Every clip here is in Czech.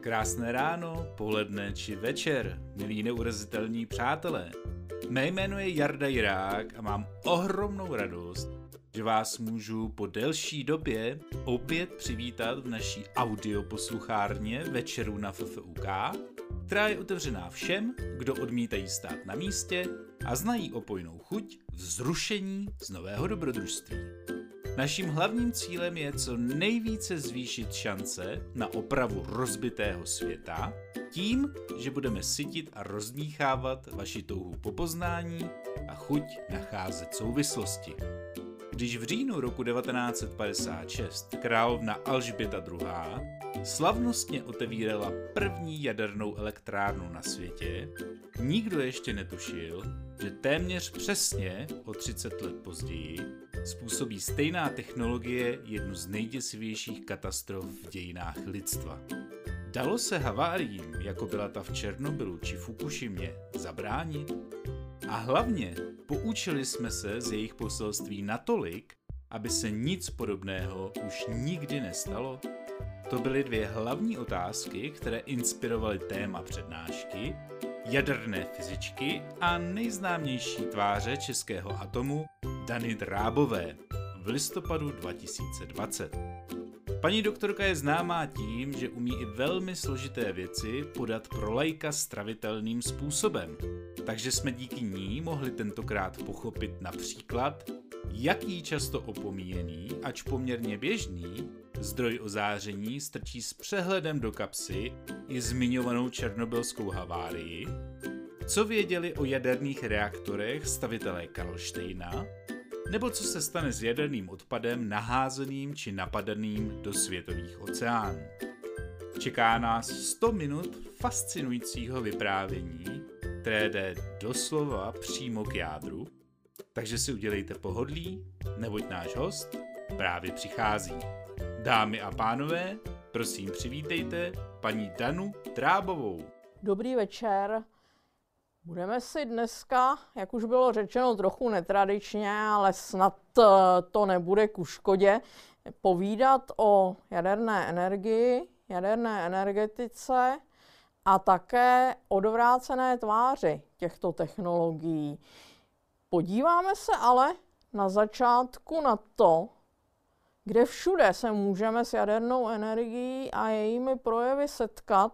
Krásné ráno, poledne či večer, milí neurazitelní přátelé. Mé jméno je Jarda Jirák a mám ohromnou radost, že vás můžu po delší době opět přivítat v naší audioposluchárně Večerů na FFUK, která je otevřená všem, kdo odmítají stát na místě a znají opojnou chuť vzrušení z nového dobrodružství. Naším hlavním cílem je co nejvíce zvýšit šance na opravu rozbitého světa tím, že budeme sytit a rozdmíchávat vaši touhu po poznání a chuť nacházet souvislosti. Když v říjnu roku 1956 královna Alžběta II. Slavnostně otevírala první jadernou elektrárnu na světě, nikdo ještě netušil, že téměř přesně o 30 let později způsobí stejná technologie jednu z nejděsivějších katastrof v dějinách lidstva. Dalo se haváriím, jako byla ta v Černobylu či Fukušimě, zabránit? A hlavně poučili jsme se z jejich poselství natolik, aby se nic podobného už nikdy nestalo? To byly dvě hlavní otázky, které inspirovaly téma přednášky, jaderné fyzičky a nejznámější tváře českého atomu Dany Drábové v listopadu 2020. Paní doktorka je známá tím, že umí i velmi složité věci podat pro laika stravitelným způsobem, takže jsme díky ní mohli tentokrát pochopit například, jaký často opomíjený, ač poměrně běžný, zdroj ozáření strčí s přehledem do kapsy i zmiňovanou černobylskou havárii, co věděli o jaderných reaktorech stavitelé Karlštejna, nebo co se stane s jaderným odpadem naházeným či napadeným do světových oceánů. Čeká nás 100 minut fascinujícího vyprávění, které jde doslova přímo k jádru, takže si udělejte pohodlí, neboť náš host právě přichází. Dámy a pánové, prosím přivítejte paní Danu Drábovou. Dobrý večer. Budeme si dneska, jak už bylo řečeno, trochu netradičně, ale snad to nebude ku škodě, povídat o jaderné energii, jaderné energetice a také odvrácené tváři těchto technologií. Podíváme se ale na začátku na to, kde všude se můžeme s jadernou energií a jejími projevy setkat,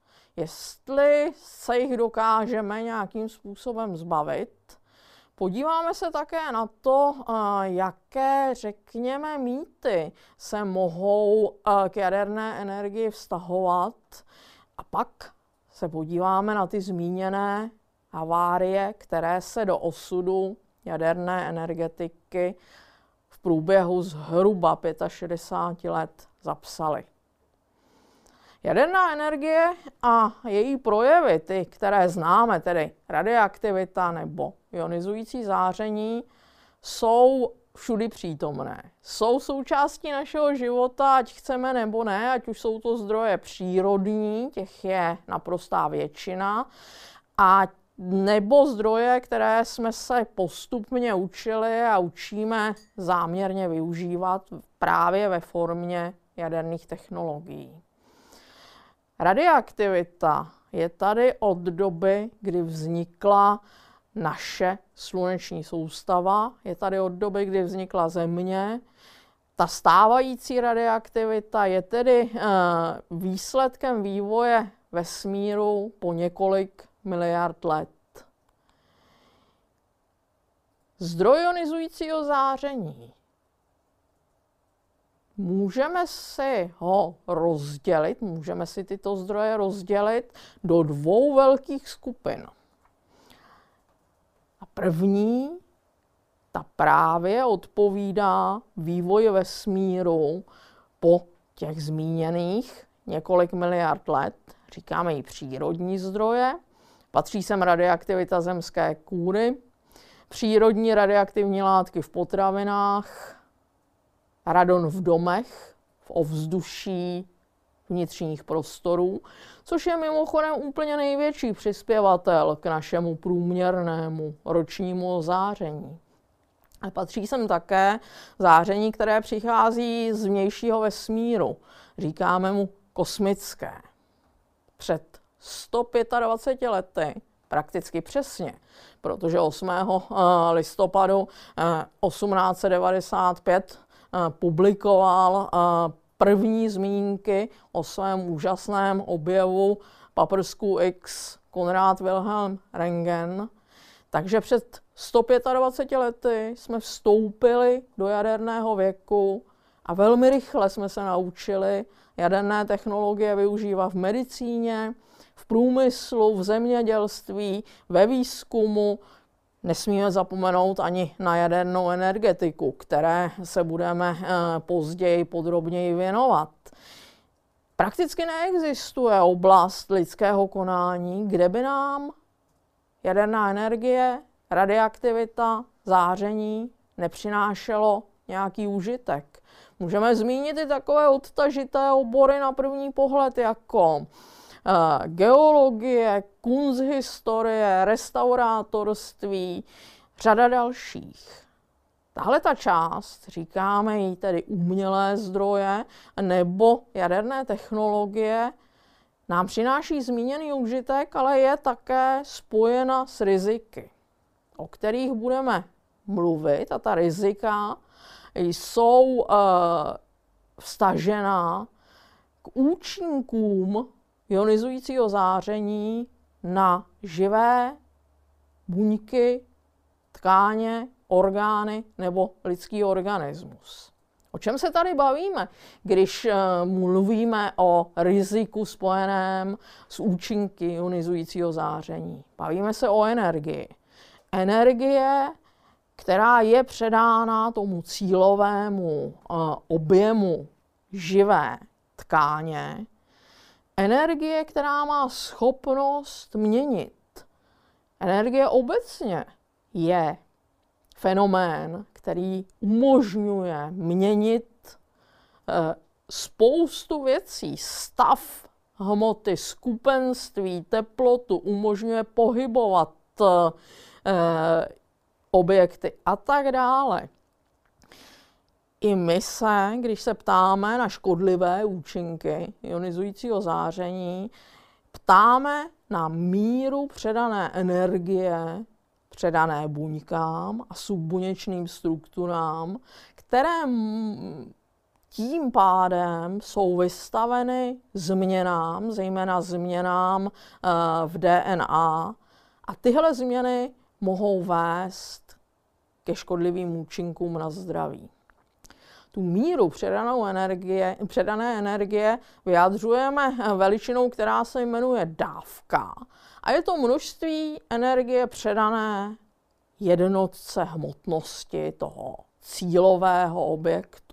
jestli se jich dokážeme nějakým způsobem zbavit. Podíváme se také na to, jaké, řekněme, mýty se mohou k jaderné energii vztahovat. A pak se podíváme na ty zmíněné havárie, které se do osudu jaderné energetiky v průběhu zhruba 65 let zapsaly. Jaderná energie a její projevy, ty, které známe, tedy radioaktivita nebo ionizující záření, jsou všudy přítomné. Jsou součástí našeho života, ať chceme nebo ne, ať už jsou to zdroje přírodní, těch je naprostá většina, a nebo zdroje, které jsme se postupně učili a učíme záměrně využívat právě ve formě jaderných technologií. Radioaktivita je tady od doby, kdy vznikla naše sluneční soustava, je tady od doby, kdy vznikla Země. Ta stávající radioaktivita je tedy výsledkem vývoje vesmíru po několik miliard let. Zdroj ionizujícího záření. Můžeme si ho rozdělit, můžeme si tyto zdroje rozdělit do dvou velkých skupin. A první, ta právě odpovídá vývoji vesmíru po těch zmíněných několik miliard let, říkáme jí přírodní zdroje, patří sem radioaktivita zemské kůry, přírodní radioaktivní látky v potravinách, radon v domech, v ovzduší vnitřních prostorů, což je mimochodem úplně největší přispěvatel k našemu průměrnému ročnímu záření. A patří sem také záření, které přichází z vnějšího vesmíru. Říkáme mu kosmické. před 125 lety, prakticky přesně, protože 8. listopadu 1895 publikoval první zmínky o svém úžasném objevu paprsku X Konrad Wilhelm Röntgen. Takže před 125 lety jsme vstoupili do jaderného věku a velmi rychle jsme se naučili jaderné technologie využívat v medicíně, v průmyslu, v zemědělství, ve výzkumu. Nesmíme zapomenout ani na jadernou energetiku, které se budeme později podrobněji věnovat. Prakticky neexistuje oblast lidského konání, kde by nám jaderná energie, radioaktivita, záření nepřinášelo nějaký užitek. Můžeme zmínit i takové odtažité obory na první pohled jako geologie, kunsthistorie, restaurátorství, řada dalších. Tahle ta část, říkáme jí tedy umělé zdroje nebo jaderné technologie, nám přináší zmíněný užitek, ale je také spojena s riziky, o kterých budeme mluvit, a ta rizika jsou vztažená k účinkům ionizujícího záření na živé buňky, tkáně, orgány nebo lidský organismus. O čem se tady bavíme, když mluvíme o riziku spojeném s účinky ionizujícího záření? Bavíme se o energii. Energie, která je předána tomu cílovému objemu živé tkáně, energie, která má schopnost měnit. Energie obecně je fenomén, který umožňuje měnit spoustu věcí, stav hmoty, skupenství, teplotu, umožňuje pohybovat objekty a tak dále. I my se, když se ptáme na škodlivé účinky ionizujícího záření, ptáme na míru předané energie, předané buňkám a subbuněčným strukturám, které tím pádem jsou vystaveny změnám, zejména změnám v DNA. A tyhle změny mohou vést ke škodlivým účinkům na zdraví. Tu míru předané energie vyjadřujeme veličinou, která se jmenuje dávka. A je to množství energie předané jednotce hmotnosti toho cílového objektu.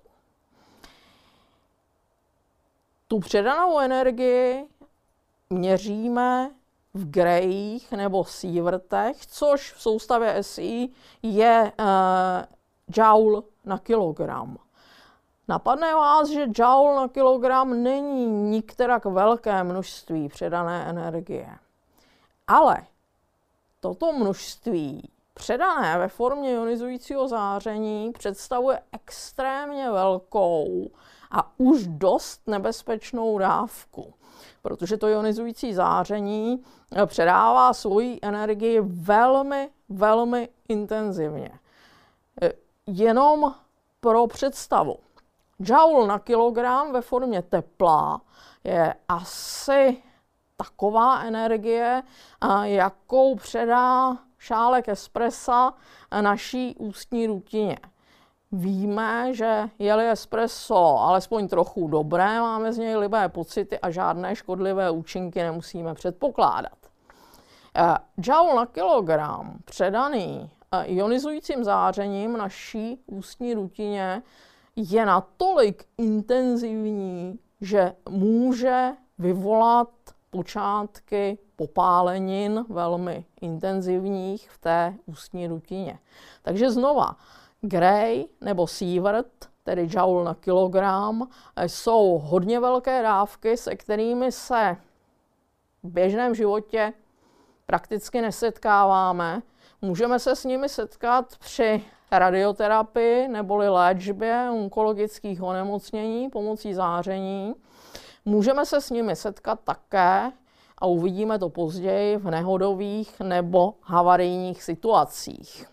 Tu předanou energii měříme v grejích nebo sievertech, což v soustavě SI je joule na kilogram. Napadne vás, že joule na kilogram není nikterak velké množství předané energie. Ale toto množství předané ve formě ionizujícího záření představuje extrémně velkou a už dost nebezpečnou dávku, protože to ionizující záření předává svoji energii velmi, velmi intenzivně. Jenom pro představu. Joule na kilogram ve formě tepla je asi taková energie, jakou předá šálek espressa naší ústní rutině. Víme, že je-li espresso alespoň trochu dobré, máme z něj libé pocity a žádné škodlivé účinky nemusíme předpokládat. Joule na kilogram předaný ionizujícím zářením naší ústní rutině je natolik intenzivní, že může vyvolat počátky popálenin velmi intenzivních v té ústní rutině. Takže znova, Gray nebo sievert, tedy joule na kilogram, jsou hodně velké dávky, se kterými se v běžném životě prakticky nesetkáváme. Můžeme se s nimi setkat při radioterapii neboli léčbě onkologických onemocnění pomocí záření. Můžeme se s nimi setkat také a uvidíme to později v nehodových nebo havarijních situacích.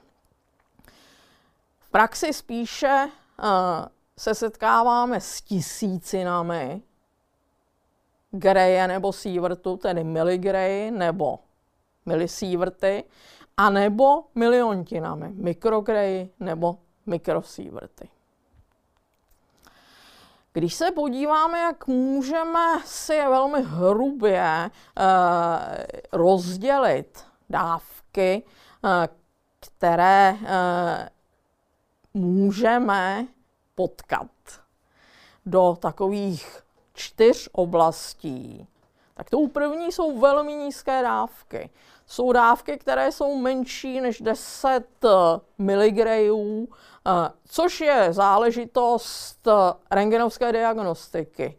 V praxi spíše se setkáváme s tisícinami greje nebo sievertu, tedy miligreji nebo milisieverty, a nebo miliontinami, mikrogreji nebo mikrosieverty. Když se podíváme, jak můžeme si velmi hrubě rozdělit dávky, které můžeme potkat do takových 4 oblastí, tak tou první jsou velmi nízké dávky. Jsou dávky, které jsou menší než 10 miligrejů, což je záležitost rentgenovské diagnostiky.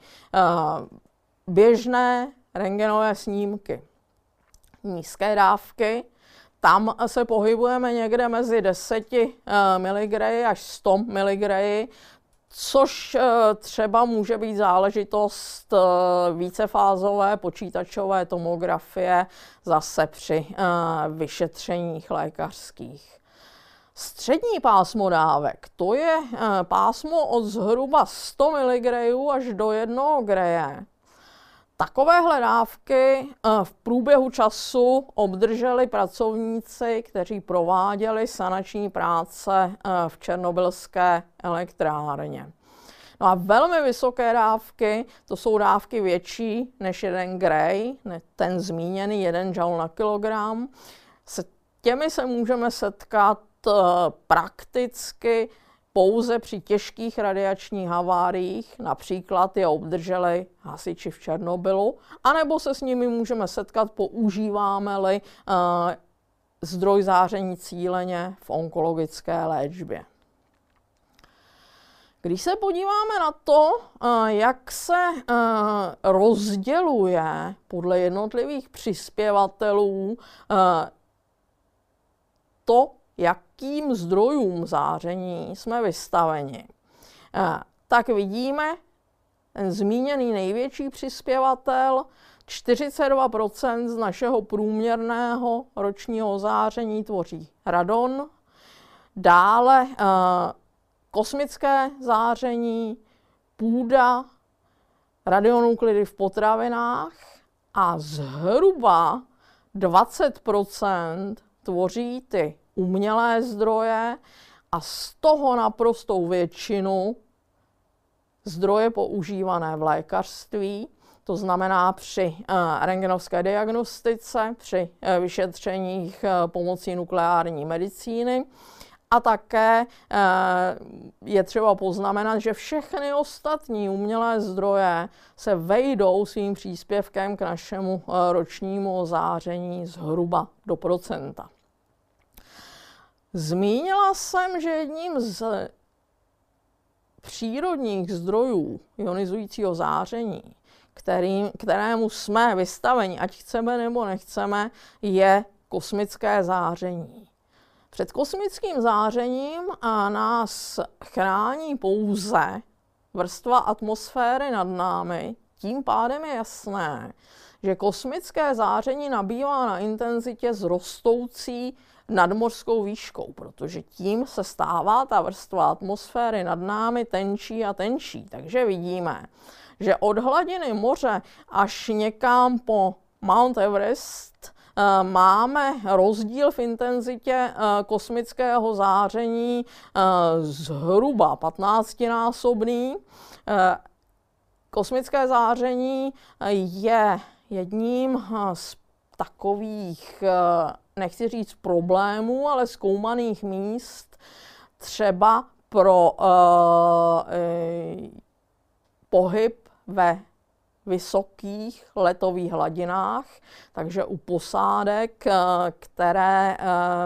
Běžné rentgenové snímky. Nízké dávky, tam se pohybujeme někde mezi 10 miligreji až 100 miligreji, což třeba může být záležitost vícefázové počítačové tomografie zase při vyšetřeních lékařských. Střední pásmo dávek, to je pásmo od zhruba 100 mg až do 1 greje. Takovéhle dávky v průběhu času obdrželi pracovníci, kteří prováděli sanační práce v černobylské elektrárně. No a velmi vysoké dávky, to jsou dávky větší než 1 gray, ten zmíněný 1 joule na kilogram. S těmi se můžeme setkat prakticky pouze při těžkých radiačních haváriích, například je obdrželi hasiči v Černobylu, anebo se s nimi můžeme setkat, používáme-li zdroj záření cíleně v onkologické léčbě. Když se podíváme na to, jak se rozděluje podle jednotlivých přispěvatelů to, jakým zdrojům záření jsme vystaveni, tak vidíme, ten zmíněný největší přispěvatel, 42% z našeho průměrného ročního záření tvoří radon, dále kosmické záření, půda, radionuklidy v potravinách a zhruba 20% tvoří ty umělé zdroje a z toho naprostou většinu zdroje používané v lékařství, to znamená při rentgenovské diagnostice, při vyšetřeních pomocí nukleární medicíny. A také je třeba poznamenat, že všechny ostatní umělé zdroje se vejdou svým příspěvkem k našemu ročnímu záření zhruba do procenta. Zmínila jsem, že jedním z přírodních zdrojů ionizujícího záření, kterému jsme vystaveni, ať chceme nebo nechceme, je kosmické záření. Před kosmickým zářením nás chrání pouze vrstva atmosféry nad námi. Tím pádem je jasné, že kosmické záření nabývá na intenzitě s rostoucí nadmořskou výškou, protože tím se stává ta vrstva atmosféry nad námi tenčí a tenčí. Takže vidíme, že od hladiny moře až někam po Mount Everest máme rozdíl v intenzitě kosmického záření zhruba 15násobný. Kosmické záření je jedním z takových, nechci říct problémů, ale zkoumaných míst třeba pro pohyb ve vysokých letových hladinách, takže u posádek, které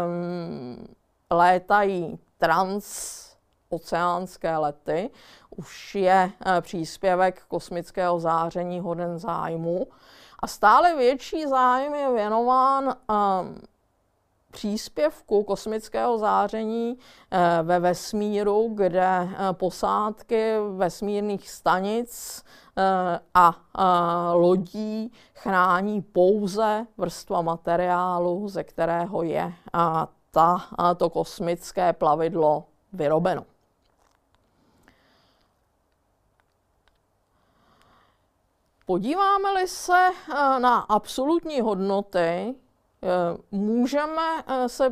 létají transoceánské lety, už je příspěvek kosmického záření hoden zájmu. A stále větší zájem je věnován příspěvku kosmického záření ve vesmíru, kde posádky vesmírných stanic a lodí chrání pouze vrstva materiálu, ze kterého je to kosmické plavidlo vyrobeno. Podíváme-li se na absolutní hodnoty, můžeme se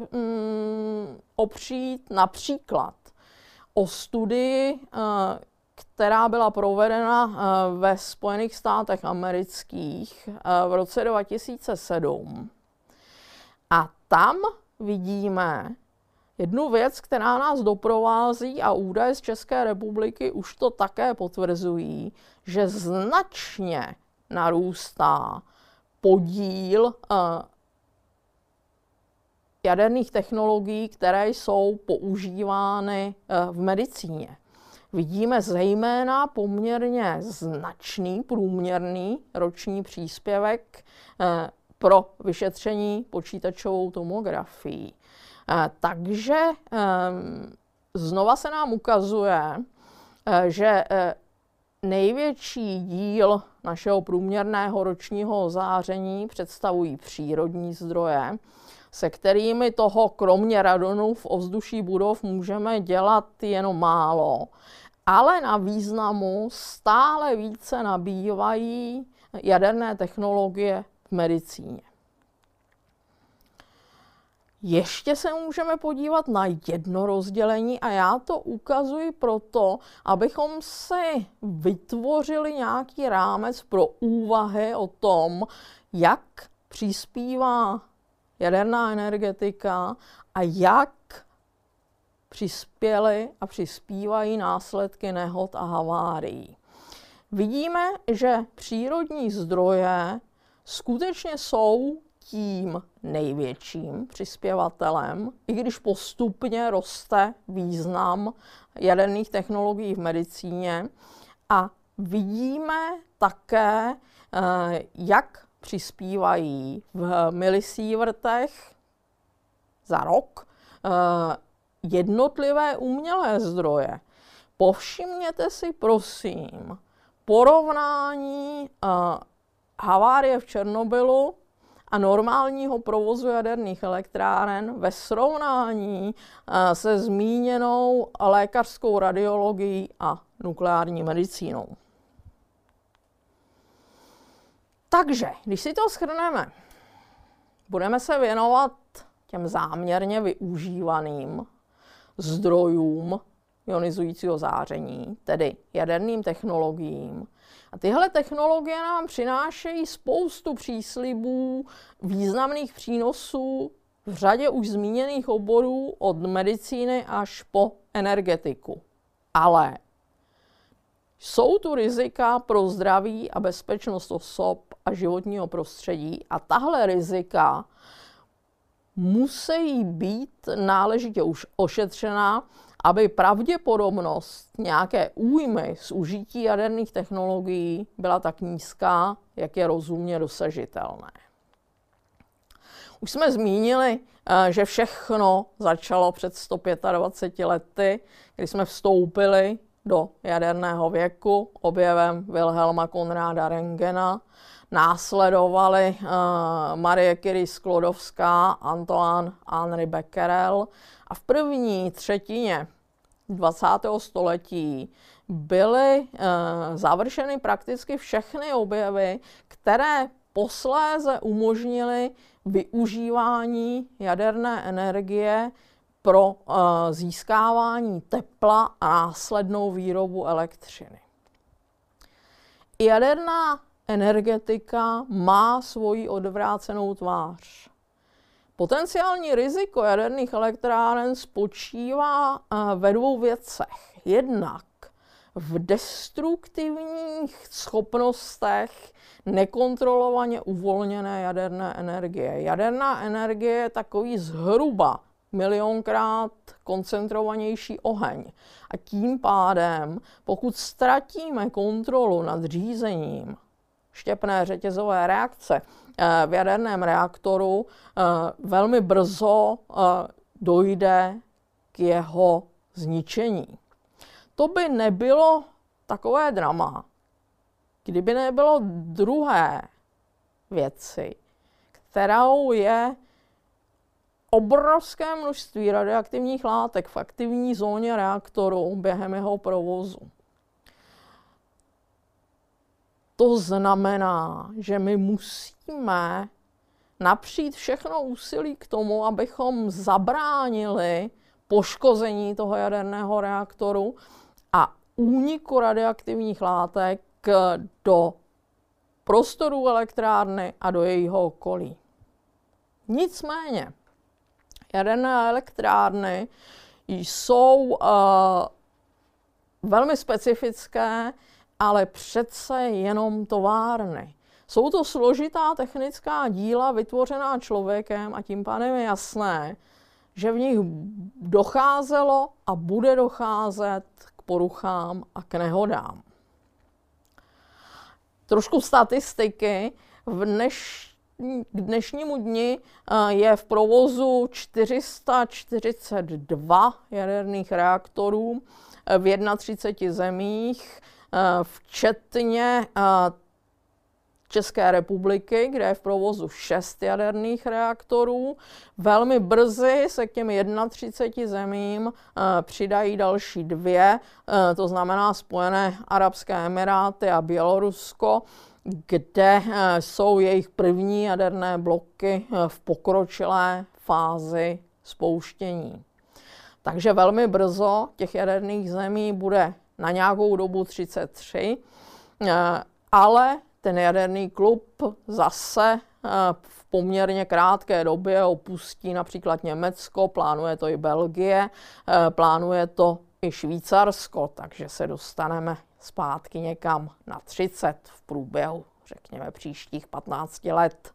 opřít například o studii, která byla provedena ve Spojených státech amerických v roce 2007. A tam vidíme jednu věc, která nás doprovází, a údaje z České republiky už to také potvrzují, že značně narůstá podíl jaderných technologií, které jsou používány v medicíně. Vidíme zejména poměrně značný průměrný roční příspěvek pro vyšetření počítačovou tomografií. Takže znova se nám ukazuje, že největší díl našeho průměrného ročního záření představují přírodní zdroje, se kterými toho kromě radonu v ovzduší budov můžeme dělat jenom málo, ale na významu stále více nabývají jaderné technologie v medicíně. Ještě se můžeme podívat na jedno rozdělení a já to ukazuji proto, abychom si vytvořili nějaký rámec pro úvahy o tom, jak přispívá jaderná energetika a jak přispěly a přispívají následky nehod a havárií. Vidíme, že přírodní zdroje skutečně jsou tím největším přispěvatelem, i když postupně roste význam jaderných technologií v medicíně. A vidíme také, jak přispívají v milisievertech za rok jednotlivé umělé zdroje. Povšimněte si prosím porovnání havárie v Černobylu a normálního provozu jaderných elektráren ve srovnání se zmíněnou lékařskou radiologií a nukleární medicínou. Takže, když si to shrneme, budeme se věnovat těm záměrně využívaným zdrojům ionizujícího záření, tedy jaderným technologiím. A tyhle technologie nám přinášejí spoustu příslibů, významných přínosů v řadě už zmíněných oborů od medicíny až po energetiku. Ale jsou tu rizika pro zdraví a bezpečnost osob a životního prostředí a tahle rizika musí být náležitě už ošetřena, aby pravděpodobnost nějaké újmy z užití jaderných technologií byla tak nízká, jak je rozumně dosažitelné. Už jsme zmínili, že všechno začalo před 125 lety, kdy jsme vstoupili do jaderného věku objevem Wilhelma Konráda Röntgena. Následovali Marie Curie Sklodowská, Antoine Henri Becquerel a v první třetině 20. století byly završeny prakticky všechny objevy, které posléze umožnily využívání jaderné energie pro získávání tepla a následnou výrobu elektřiny. Jaderná energetika má svoji odvrácenou tvář. Potenciální riziko jaderných elektráren spočívá ve dvou věcech. Jednak v destruktivních schopnostech nekontrolovaně uvolněné jaderné energie. Jaderná energie je takový zhruba milionkrát koncentrovanější oheň. A tím pádem, pokud ztratíme kontrolu nad řízením štěpné řetězové reakce v jaderném reaktoru, velmi brzo dojde k jeho zničení. To by nebylo takové drama, kdyby nebylo druhé věci, kterou je obrovské množství radioaktivních látek v aktivní zóně reaktoru během jeho provozu. To znamená, že my musíme napřít všechno úsilí k tomu, abychom zabránili poškození toho jaderného reaktoru a úniku radioaktivních látek do prostoru elektrárny a do jejího okolí. Nicméně, jaderné elektrárny jsou velmi specifické, ale přece jenom továrny. Jsou to složitá technická díla vytvořená člověkem a tím pádem je jasné, že v nich docházelo a bude docházet k poruchám a k nehodám. Trošku statistiky. K dnešnímu dni je v provozu 442 jaderných reaktorů v 31 zemích, včetně České republiky, kde je v provozu 6 jaderných reaktorů. Velmi brzy se k těm 31 zemím přidají další 2, to znamená Spojené arabské emiráty a Bělorusko, kde jsou jejich první jaderné bloky v pokročilé fázi spouštění. Takže velmi brzo těch jaderných zemí bude na nějakou dobu 33, ale ten jaderný klub zase v poměrně krátké době opustí například Německo, plánuje to i Belgie, plánuje to i Švýcarsko, takže se dostaneme zpátky někam na 30 v průběhu, řekněme, příštích 15 let.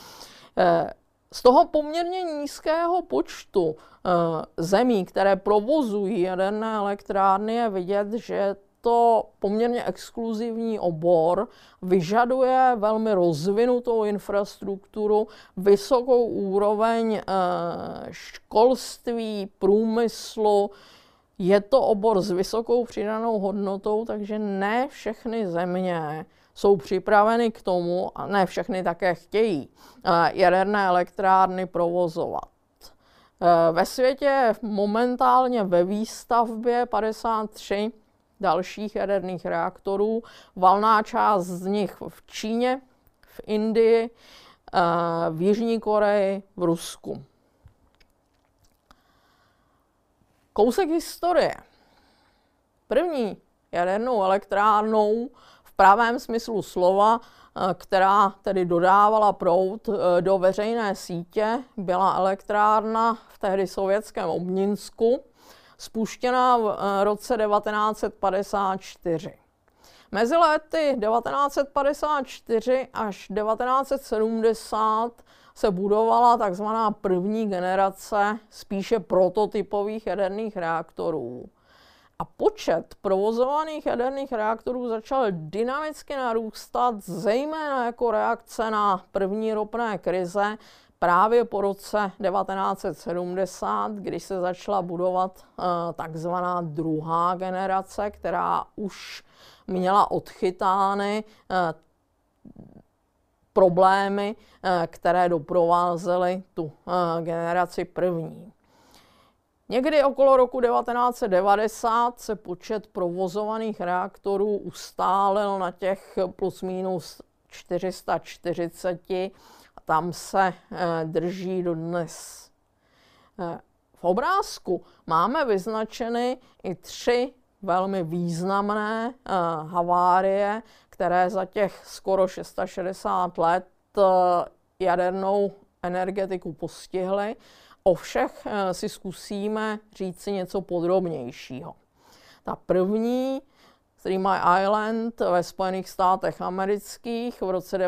Z toho poměrně nízkého počtu zemí, které provozují jaderné elektrárny, je vidět, že to poměrně exkluzivní obor vyžaduje velmi rozvinutou infrastrukturu, vysokou úroveň školství, průmyslu. Je to obor s vysokou přidanou hodnotou, takže ne všechny země jsou připraveny k tomu, a ne všechny také chtějí, jaderné elektrárny provozovat. Ve světě je momentálně ve výstavbě 53 dalších jaderných reaktorů. Valná část z nich v Číně, v Indii, v Jižní Koreji, v Rusku. Kousek historie. První jadernou elektrárnou v pravém smyslu slova, která tedy dodávala proud do veřejné sítě, byla elektrárna v tehdy sovětském Obninsku, spuštěná v roce 1954. Mezi lety 1954 až 1970 se budovala takzvaná první generace spíše prototypových jaderných reaktorů. A počet provozovaných jaderných reaktorů začal dynamicky narůstat, zejména jako reakce na první ropné krize, právě po roce 1970, když se začala budovat takzvaná druhá generace, která už měla odchytány problémy, které doprovázely tu generaci první. Někdy okolo roku 1990 se počet provozovaných reaktorů ustálil na těch plus minus 440 a tam se drží dodnes. V obrázku máme vyznačeny i 3 velmi významné havárie, které za těch skoro 660 let jadernou energetiku postihly. O všech si zkusíme říci něco podrobnějšího. Ta první, Three Mile Island ve Spojených státech amerických v roce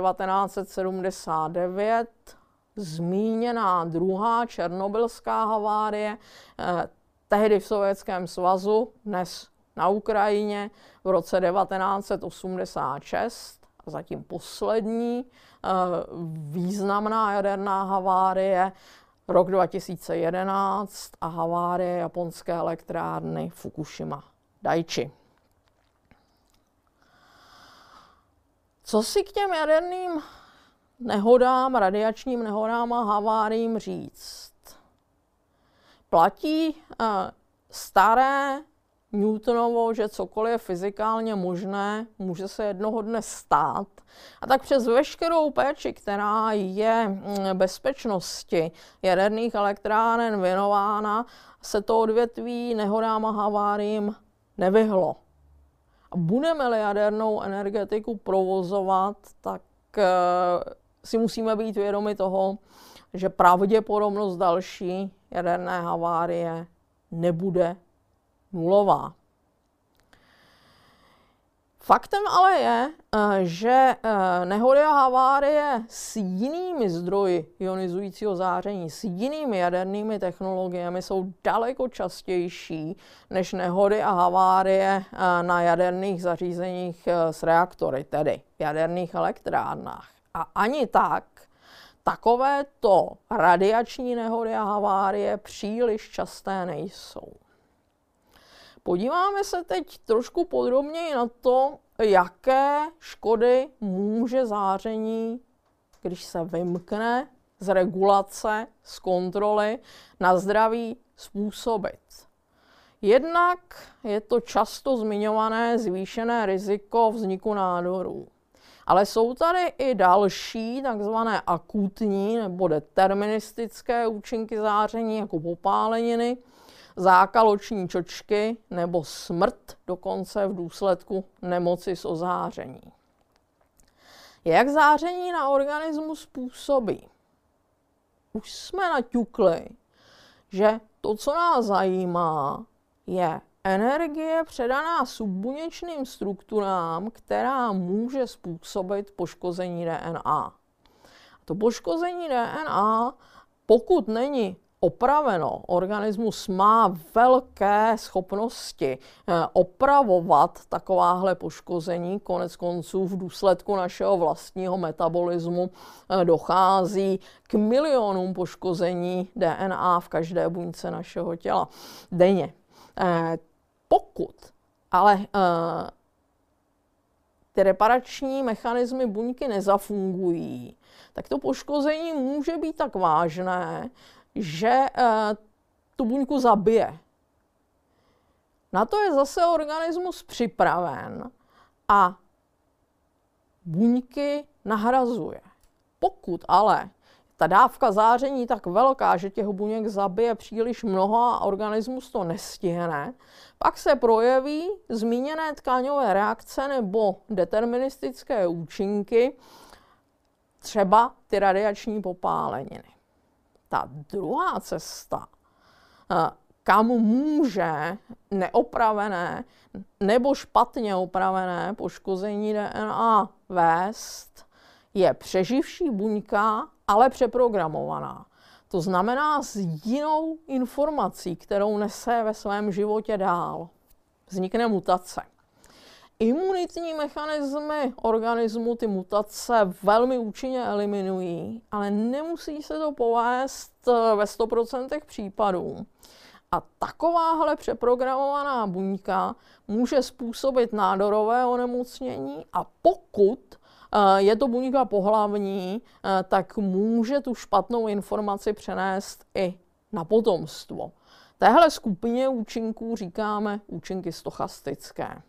1979, zmíněná druhá černobylská havárie, tehdy v Sovětském svazu, dnes na Ukrajině v roce 1986 A zatím poslední významná jaderná havárie rok 2011 a havárie japonské elektrárny Fukushima Daiichi. Co si k těm jaderným nehodám, radiačním nehodám a haváriím říct? Platí staré Newtonovo, že cokoliv je fyzikálně možné, může se jednoho dne stát. A tak přes veškerou péči, která je bezpečnosti jaderných elektráren věnována, se to odvětví nehodám a haváriím nevyhlo. A budeme-li jadernou energetiku provozovat, tak si musíme být vědomi toho, že pravděpodobnost další jaderné havárie nebude nulová. Faktem ale je, že nehody a havárie s jinými zdroji ionizujícího záření, s jinými jadernými technologiemi jsou daleko častější než nehody a havárie na jaderných zařízeních s reaktory, tedy jaderných elektrárnách. A ani tak takovéto radiační nehody a havárie příliš časté nejsou. Podíváme se teď trošku podrobněji na to, jaké škody může záření, když se vymkne z regulace, z kontroly, na zdraví způsobit. Jednak je to často zmiňované zvýšené riziko vzniku nádorů. Ale jsou tady i další takzvané akutní nebo deterministické účinky záření, jako popáleniny, zákal oční čočky nebo smrt dokonce v důsledku nemoci z ozáření. Jak záření na organismus působí? Už jsme naťukli, že to, co nás zajímá, je energie předaná subbuněčným strukturám, která může způsobit poškození DNA. To poškození DNA, pokud není opraveno, organismus má velké schopnosti opravovat takováhle poškození. Konec konců v důsledku našeho vlastního metabolismu dochází k milionům poškození DNA v každé buňce našeho těla denně. Pokud ale ty reparační mechanismy buňky nezafungují, tak to poškození může být tak vážné, že tu buňku zabije. Na to je zase organismus připraven a buňky nahrazuje. Pokud ale ta dávka záření tak velká, že těch buněk zabije příliš mnoho a organismus to nestihne, pak se projeví zmíněné tkáňové reakce nebo deterministické účinky, třeba ty radiační popáleniny. Ta druhá cesta, kam může neopravené nebo špatně opravené poškození DNA vést, je přeživší buňka, ale přeprogramovaná. To znamená s jinou informací, kterou nese ve svém životě dál. Vznikne mutace. Imunitní mechanismy organismu ty mutace velmi účinně eliminují, ale nemusí se to povést ve 100% případů. A takováhle přeprogramovaná buňka může způsobit nádorové onemocnění a pokud je to buňka pohlavní, tak může tu špatnou informaci přenést i na potomstvo. Téhle skupině účinků říkáme účinky stochastické.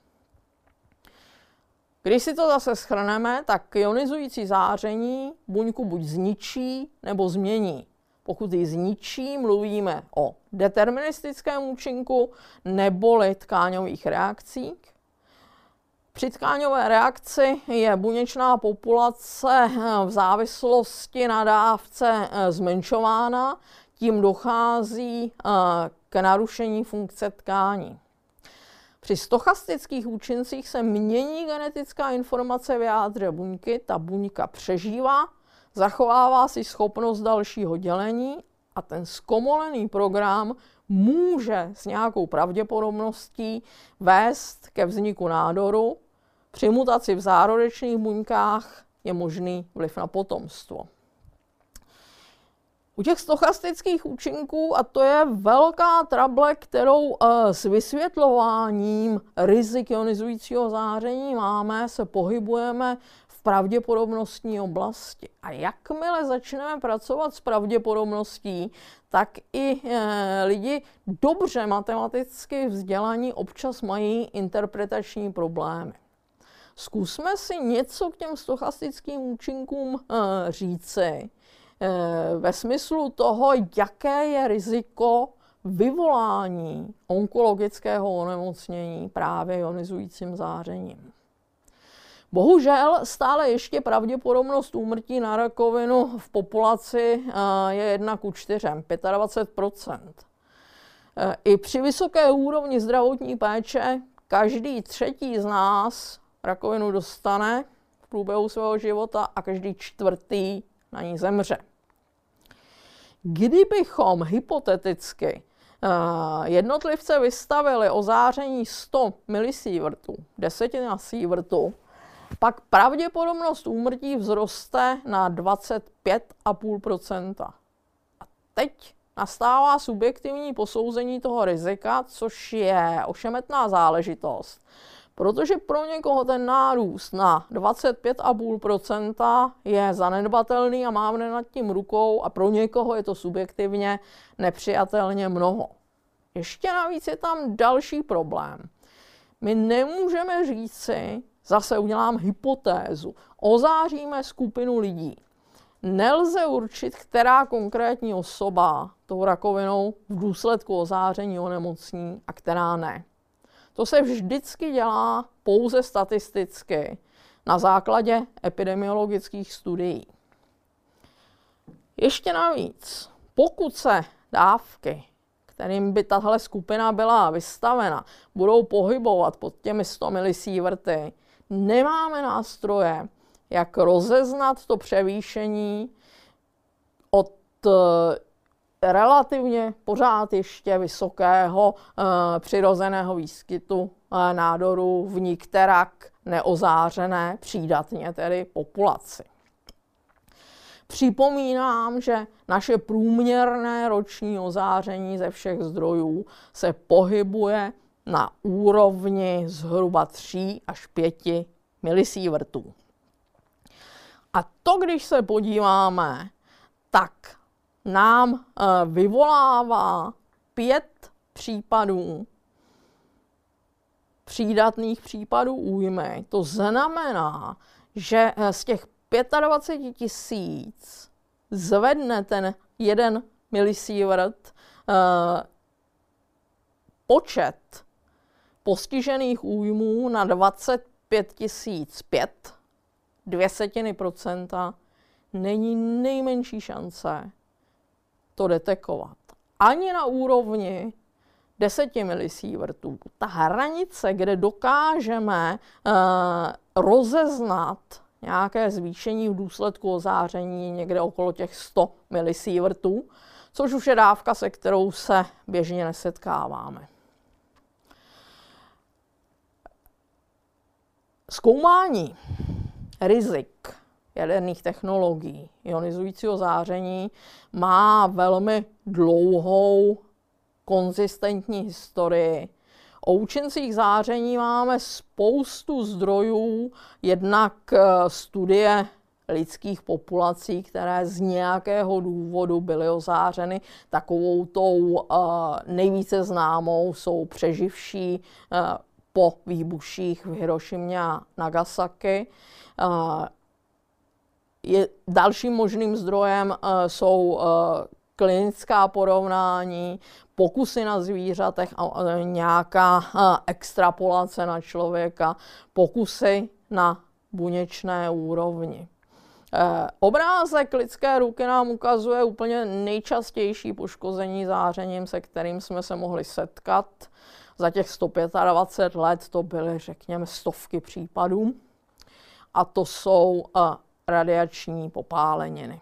Když si to zase shrneme, tak ionizující záření buňku buď zničí nebo změní. Pokud ji zničí, mluvíme o deterministickém účinku neboli tkáňových reakcích. Při tkáňové reakci je buněčná populace v závislosti na dávce zmenšována, tím dochází k narušení funkce tkání. Při stochastických účincích se mění genetická informace v jádře buňky, ta buňka přežívá, zachovává si schopnost dalšího dělení a ten zkomolený program může s nějakou pravděpodobností vést ke vzniku nádoru, Při mutaci v zárodečných buňkách je možný vliv na potomstvo. U těch stochastických účinků, a to je velká trable, kterou s vysvětlováním rizik ionizujícího záření máme, se pohybujeme v pravděpodobnostní oblasti. A jakmile začneme pracovat s pravděpodobností, tak i lidi dobře matematicky vzdělaní občas mají interpretační problémy. Zkusme si něco k těm stochastickým účinkům říci, ve smyslu toho, jaké je riziko vyvolání onkologického onemocnění právě ionizujícím zářením. Bohužel stále ještě pravděpodobnost úmrtí na rakovinu v populaci je 1:4, 25%. I při vysoké úrovni zdravotní péče každý třetí z nás rakovinu dostane v průběhu svého života a každý čtvrtý na ní zemře. Kdybychom hypoteticky jednotlivce vystavili o záření 100 milisievertů, desetina sievertu, pak pravděpodobnost úmrtí vzroste na 25,5%. A teď nastává subjektivní posouzení toho rizika, což je ošemetná záležitost, protože pro někoho ten nárůst na 25,5% je zanedbatelný a mávne nad tím rukou a pro někoho je to subjektivně nepřijatelně mnoho. Ještě navíc je tam další problém. My nemůžeme říci, zase udělám hypotézu, ozáříme skupinu lidí. Nelze určit, která konkrétní osoba tou rakovinou v důsledku ozáření onemocní a která ne. To se vždycky dělá pouze statisticky na základě epidemiologických studií. Ještě navíc, pokud se dávky, kterým by tahle skupina byla vystavena, budou pohybovat pod těmi 100 milisieverty, nemáme nástroje, jak rozeznat to převýšení od relativně pořád ještě vysokého přirozeného výskytu nádoru v nikterak neozářené, přídatně tedy populaci. Připomínám, že naše průměrné roční ozáření ze všech zdrojů se pohybuje na úrovni zhruba 3 až 5 milisievertů. A to, když se podíváme, tak nám vyvolává 5 případů, přídatných případů újmy. To znamená, že z těch 25 000 zvedne ten 1 milisievert počet postižených újmů na 25 500, 0,2%, není nejmenší šance to detekovat. Ani na úrovni 10 milisievertů. Ta hranice, kde dokážeme rozeznat nějaké zvýšení v důsledku ozáření, někde okolo těch 100 milisievertů, což už je dávka, se kterou se běžně nesetkáváme. Zkoumání rizik jaderných technologií ionizujícího záření má velmi dlouhou konzistentní historii. O účincích záření máme spoustu zdrojů, jednak studie lidských populací, které z nějakého důvodu byly ozářeny. Takovou tou nejvíce známou jsou přeživší po výbuších v Hirošimě a Nagasaki. Dalším možným zdrojem jsou klinická porovnání, pokusy na zvířatech a nějaká extrapolace na člověka, pokusy na buněčné úrovni. Obrázek lidské ruky nám ukazuje úplně nejčastější poškození zářením, se kterým jsme se mohli setkat. Za těch 125 let to byly, řekněme, stovky případů. A to jsou radiační popáleniny.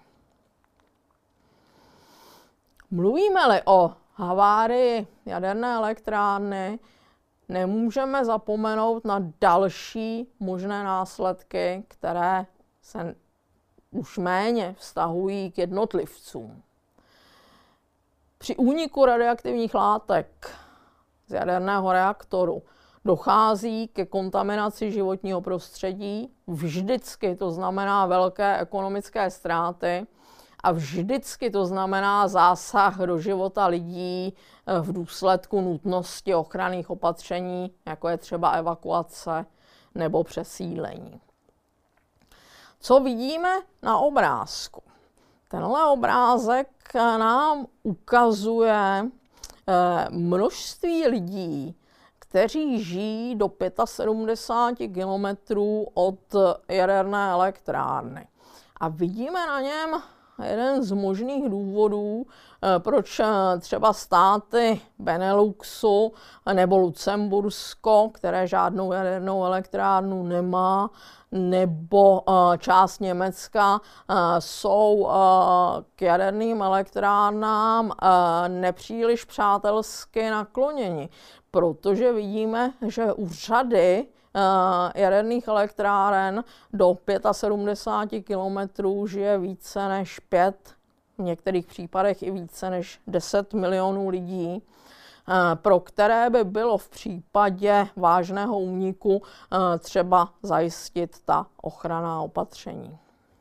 Mluvíme-li o havárii jaderné elektrárny, nemůžeme zapomenout na další možné následky, které se už méně vztahují k jednotlivcům. Při úniku radioaktivních látek z jaderného reaktoru dochází ke kontaminaci životního prostředí. Vždycky to znamená velké ekonomické ztráty a vždycky to znamená zásah do života lidí v důsledku nutnosti ochranných opatření, jako je třeba evakuace nebo přesídlení. Co vidíme na obrázku? Tenhle obrázek nám ukazuje množství lidí, kteří žijí do 75 kilometrů od jaderné elektrárny. A vidíme na něm jeden z možných důvodů, proč třeba státy Beneluxu nebo Lucembursko, které žádnou jadernou elektrárnu nemá, nebo část Německa jsou k jaderným elektrárnám nepříliš přátelsky nakloněni, protože vidíme, že u řady jaderných elektráren do 75 kilometrů žije více než 5, v některých případech i více než 10 milionů lidí, pro které by bylo v případě vážného úniku třeba zajistit ta ochranná opatření.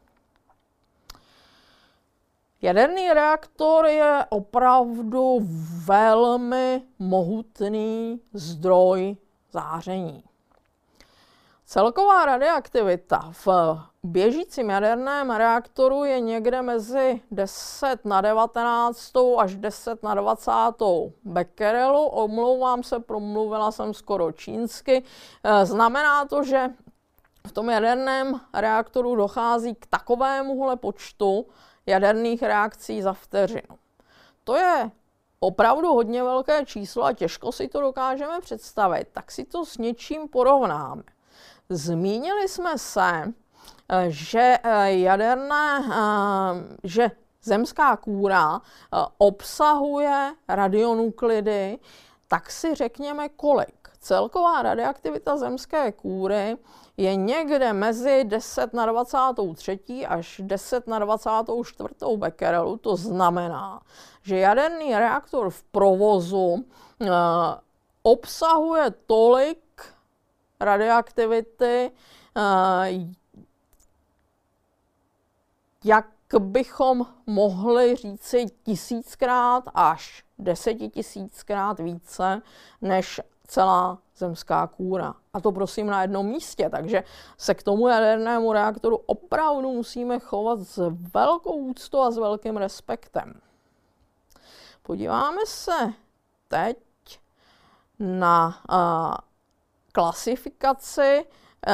Jaderný reaktor je opravdu velmi mohutný zdroj záření. Celková radioaktivita v běžícím jaderném reaktoru je někde mezi 10 na 19 až 10 na 20 bekerelu. Omlouvám se, promluvila jsem skoro čínsky. Znamená to, že v tom jaderném reaktoru dochází k takovémuhle počtu jaderných reakcí za vteřinu. To je opravdu hodně velké číslo a těžko si to dokážeme představit, tak si to s něčím porovnáme. Zmínili jsme se, že zemská kůra obsahuje radionuklidy, tak si řekněme kolik. Celková radioaktivita zemské kůry je někde mezi 10 na 23 až 10 na 24 bekerelu. To znamená, že jaderný reaktor v provozu obsahuje tolik radioaktivity, jak bychom mohli říci 1000krát až 10 000krát více než celá zemská kůra. A to prosím na jednom místě, takže se k tomu jadernému reaktoru opravdu musíme chovat s velkou úctou a s velkým respektem. Podíváme se teď na klasifikaci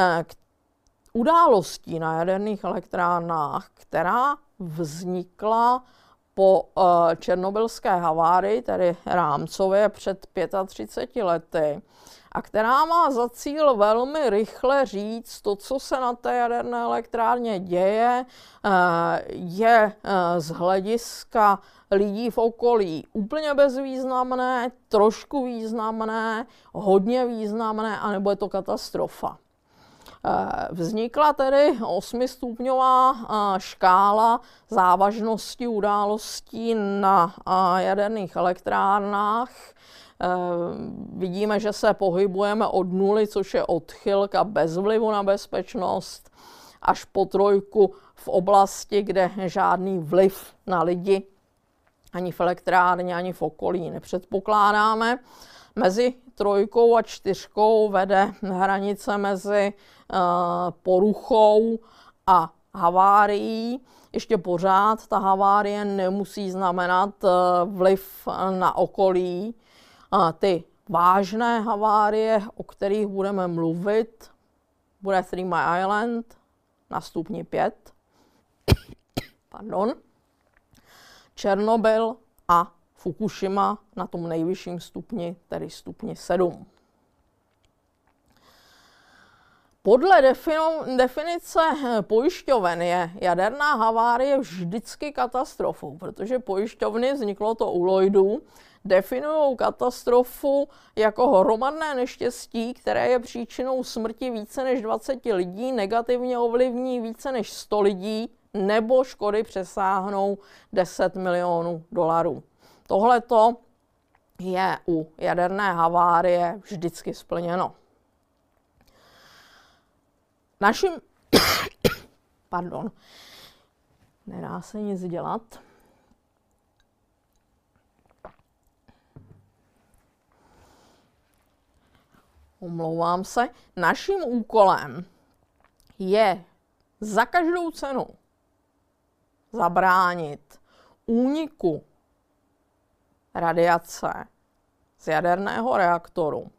událostí na jaderných elektrárnách, která vznikla po černobylské havárii, tedy rámcově před 35 lety, a která má za cíl velmi rychle říct to, co se na té jaderné elektrárně děje, je z hlediska lidí v okolí úplně bezvýznamné, trošku významné, hodně významné, anebo je to katastrofa. Vznikla tedy 8stupňová škála závažnosti událostí na jaderných elektrárnách. Vidíme, že se pohybujeme od 0, což je odchylka bez vlivu na bezpečnost, až po 3 v oblasti, kde žádný vliv na lidi ani v elektrárně, ani v okolí nepředpokládáme. Mezi 3 a 4 vede hranice mezi poruchou a havárií. Ještě pořád ta havárie nemusí znamenat vliv na okolí. Ty vážné havárie, o kterých budeme mluvit, bude Three Mile Island na stupni 5, Černobyl a Fukushima na tom nejvyšším stupni, tedy stupni 7. Podle definice pojišťoven je jaderná havárie vždycky katastrofou, protože pojišťovny, vzniklo to u Lloydů, definují katastrofu jako hromadné neštěstí, které je příčinou smrti více než 20 lidí, negativně ovlivní více než 100 lidí, nebo škody přesáhnou 10 milionů dolarů. Tohleto je u jaderné havárie vždycky splněno. Naším... Pardon. Nedá se nic dělat. Omlouvám se. Naším úkolem je za každou cenu zabránit úniku radiace z jaderného reaktoru.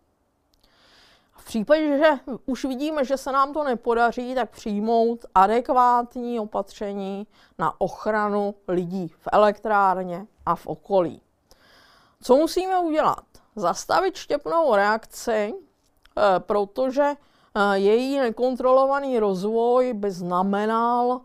V případě, že už vidíme, že se nám to nepodaří, tak přijmout adekvátní opatření na ochranu lidí v elektrárně a v okolí. Co musíme udělat? Zastavit štěpnou reakci, protože její nekontrolovaný rozvoj by znamenal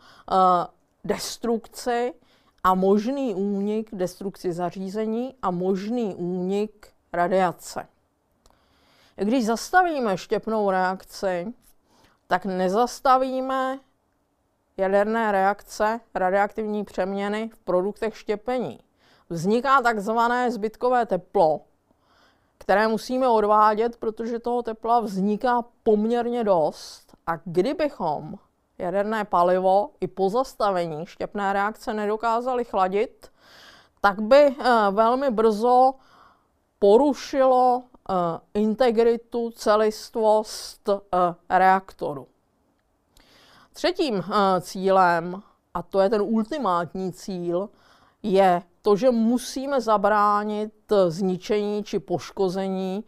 destrukci a možný únik, destrukci zařízení a možný únik radiace. Když zastavíme štěpnou reakci, tak nezastavíme jaderné reakce, radioaktivní přeměny v produktech štěpení. Vzniká takzvané zbytkové teplo, které musíme odvádět, protože toho tepla vzniká poměrně dost. A kdybychom jaderné palivo i po zastavení štěpné reakce nedokázali chladit, tak by velmi brzo porušilo integritu, celistvost reaktoru. Třetím cílem, a to je ten ultimátní cíl, je to, že musíme zabránit zničení či poškození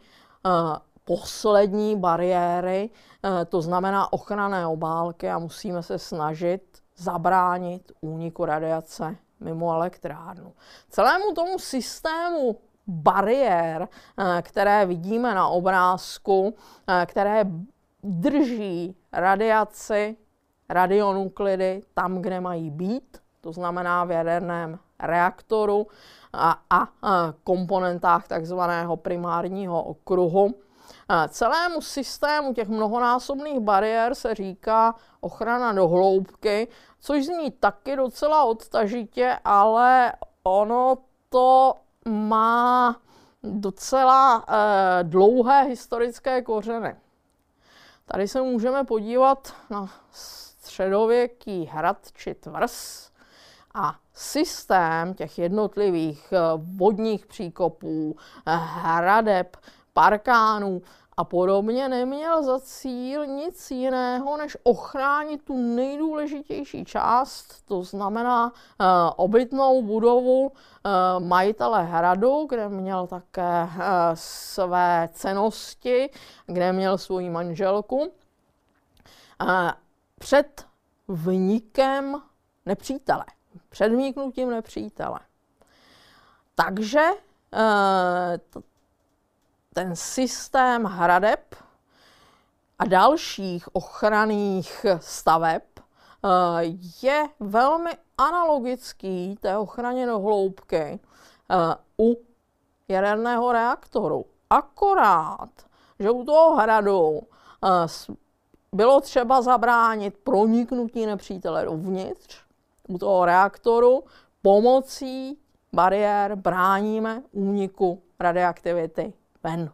poslední bariéry, to znamená ochranné obálky, a musíme se snažit zabránit úniku radiace mimo elektrárnu. Celému tomu systému bariér, které vidíme na obrázku, které drží radiaci, radionuklidy tam, kde mají být, to znamená v jaderném reaktoru a komponentách takzvaného primárního okruhu. Celému systému těch mnohonásobných bariér se říká ochrana do hloubky, což zní taky docela odtažitě, ale ono to má docela dlouhé historické kořeny. Tady se můžeme podívat na středověký hrad či tvrz a systém těch jednotlivých vodních příkopů, hradeb, parkánů a podobně neměl za cíl nic jiného, než ochránit tu nejdůležitější část, to znamená obytnou budovu majitele hradu, kde měl také své cennosti, kde měl svoji manželku, před vnikem nepřítele, před vniknutím nepřítele. Takže ten systém hradeb a dalších ochranných staveb je velmi analogický té ochraně do hloubky u jaderného reaktoru. Akorát, že u toho hradu bylo třeba zabránit proniknutí nepřítele dovnitř, u toho reaktoru pomocí bariér bráníme úniku radioaktivity ven.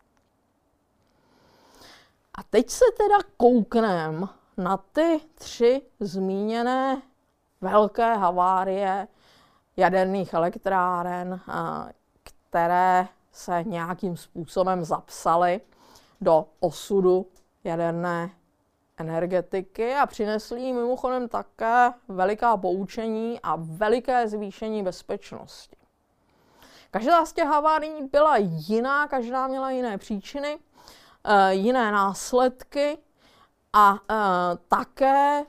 A teď se teda koukneme na ty 3 zmíněné velké havárie jaderných elektráren, které se nějakým způsobem zapsaly do osudu jaderné energetiky a přinesly jí mimochodem také veliká poučení a veliké zvýšení bezpečnosti. Každá z těch havárií byla jiná, každá měla jiné příčiny, jiné následky a také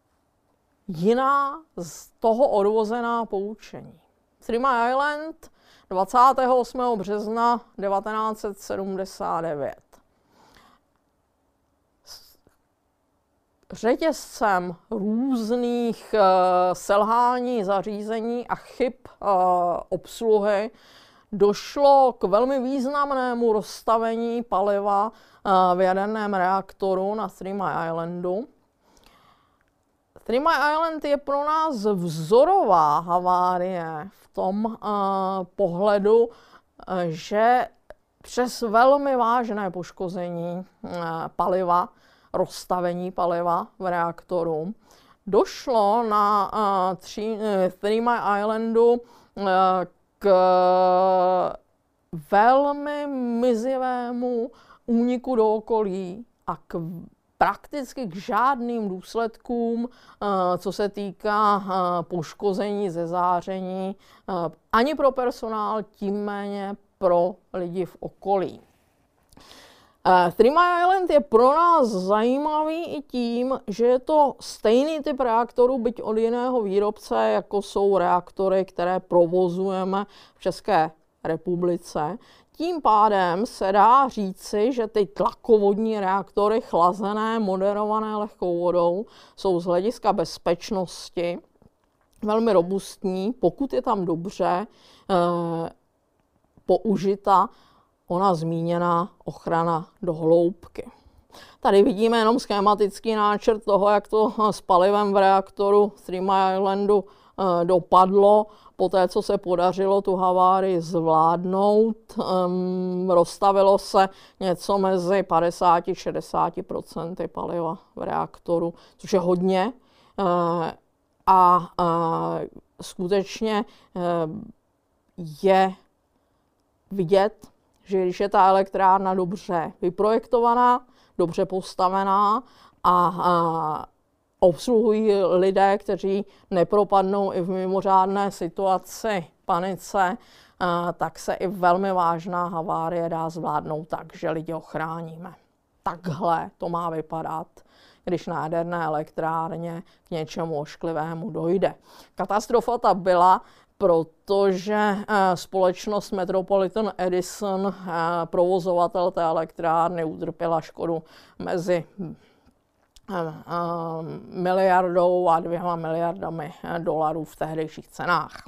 jiná z toho odvozená poučení. Three Mile Island 28. března 1979. Řetězcem různých selhání zařízení a chyb obsluhy došlo k velmi významnému rozstavení paliva v jaderném reaktoru na Three Mile Islandu. Three Mile Island je pro nás vzorová havárie v tom pohledu, že přes velmi vážné poškození paliva, rozstavení paliva v reaktoru, došlo na Three Mile Islandu k velmi mizivému úniku do okolí a prakticky k žádným důsledkům, co se týká poškození ze záření, ani pro personál, tím méně pro lidi v okolí. Three Mile Island je pro nás zajímavý i tím, že je to stejný typ reaktorů, byť od jiného výrobce, jako jsou reaktory, které provozujeme v České republice. Tím pádem se dá říci, že ty tlakovodní reaktory chlazené, moderované lehkou vodou jsou z hlediska bezpečnosti velmi robustní, pokud je tam dobře použita ona zmíněná ochrana do hloubky. Tady vidíme jenom schematický náčrt toho, jak to s palivem v reaktoru Three Mile Islandu dopadlo. Poté, co se podařilo tu havárii zvládnout, rozstavilo se něco mezi 50–60% paliva v reaktoru, což je hodně. A skutečně je vidět, že když je ta elektrárna dobře vyprojektovaná, dobře postavená a obsluhují lidé, kteří nepropadnou i v mimořádné situaci, panice, tak se i velmi vážná havárie dá zvládnout tak, že lidi ochráníme. Takhle to má vypadat, když na jaderné elektrárně k něčemu ošklivému dojde. Katastrofa ta byla, protože společnost Metropolitan Edison, provozovatel té elektrárny, utrpěla škodu mezi miliardou a 2 miliardami dolarů v tehdejších cenách.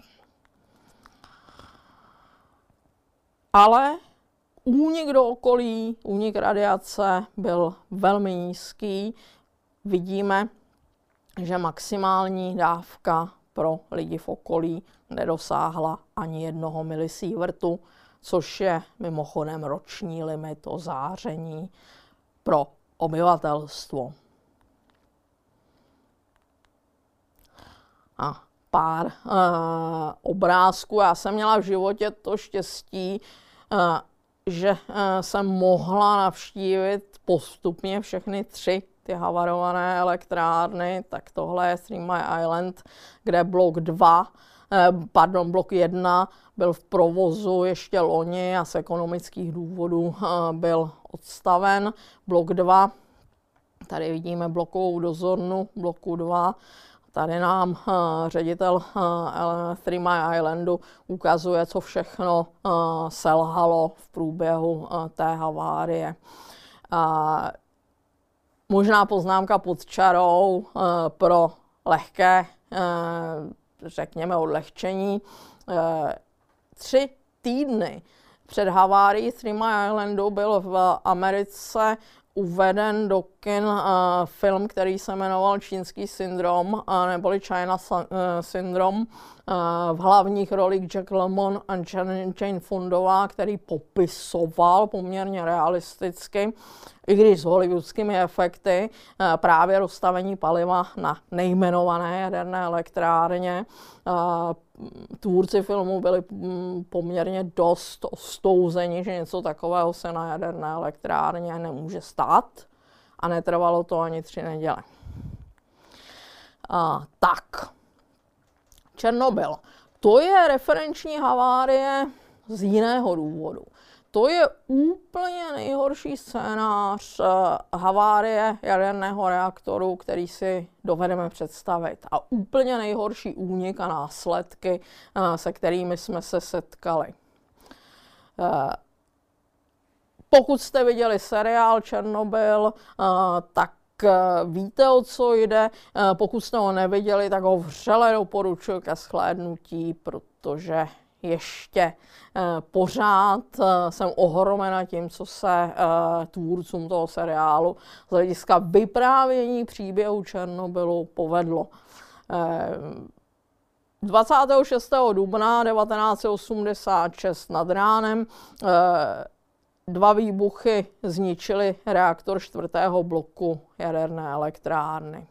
Ale únik do okolí, únik radiace byl velmi nízký. Vidíme, že maximální dávka pro lidi v okolí nedosáhla ani 1 milisievertu, což je mimochodem roční limit o záření pro obyvatelstvo. A pár obrázků. Já jsem měla v životě to štěstí, že jsem mohla navštívit postupně všechny 3 ty havarované elektrárny. Tak tohle je Three Mile Island, kde blok 1 byl v provozu ještě loni a z ekonomických důvodů byl odstaven. Blok 2, tady vidíme blokovou dozornu bloku 2. Tady nám ředitel Three Mile Islandu ukazuje, co všechno selhalo v průběhu té havárie. Možná poznámka pod čarou pro lehké, řekněme, odlehčení. 3 týdny před havárií Three Mile Islandu byl v Americe uveden do kin film, který se jmenoval Čínský syndrom, neboli China syndrom, v hlavních rolích Jack Lemmon a Jane Fondová, který popisoval poměrně realisticky, i když s hollywoodskými efekty, právě rozstavení paliva na nejmenované jaderné elektrárně. Tvůrci filmu byli poměrně dost ostouzeni, že něco takového se na jaderné elektrárně nemůže stát, a netrvalo to ani 3 neděle. Tak, Černobyl. To je referenční havárie z jiného důvodu. To je úplně nejhorší scénář havárie jaderného reaktoru, který si dovedeme představit. A úplně nejhorší únik a následky, se kterými jsme se setkali. Pokud jste viděli seriál Černobyl, tak víte, o co jde. Pokud jste ho neviděli, tak ho vřele doporučuji ke shlédnutí, protože ještě pořád jsem ohromena tím, co se tvůrcům toho seriálu z hlediska vyprávění příběhu Černobylu povedlo. 26. dubna 1986 nad ránem 2 výbuchy zničily reaktor 4. bloku jaderné elektrárny.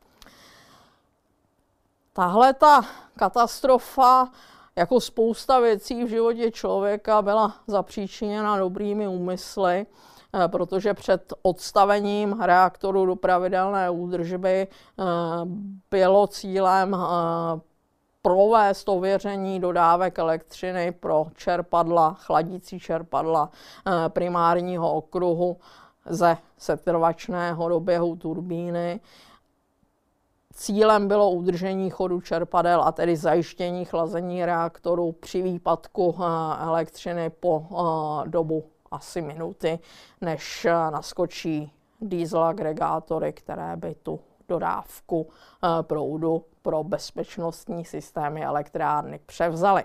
Tahle ta katastrofa, jako spousta věcí v životě člověka, byla zapříčiněna dobrými úmysly, protože před odstavením reaktoru do pravidelné údržby bylo cílem provést ověření dodávek elektřiny pro čerpadla, chladící čerpadla primárního okruhu ze setrvačného doběhu turbíny. Cílem bylo udržení chodu čerpadel a tedy zajištění chlazení reaktoru při výpadku elektřiny po dobu asi minuty, než naskočí diesel agregátory, které by tu dodávku proudu pro bezpečnostní systémy elektrárny převzaly.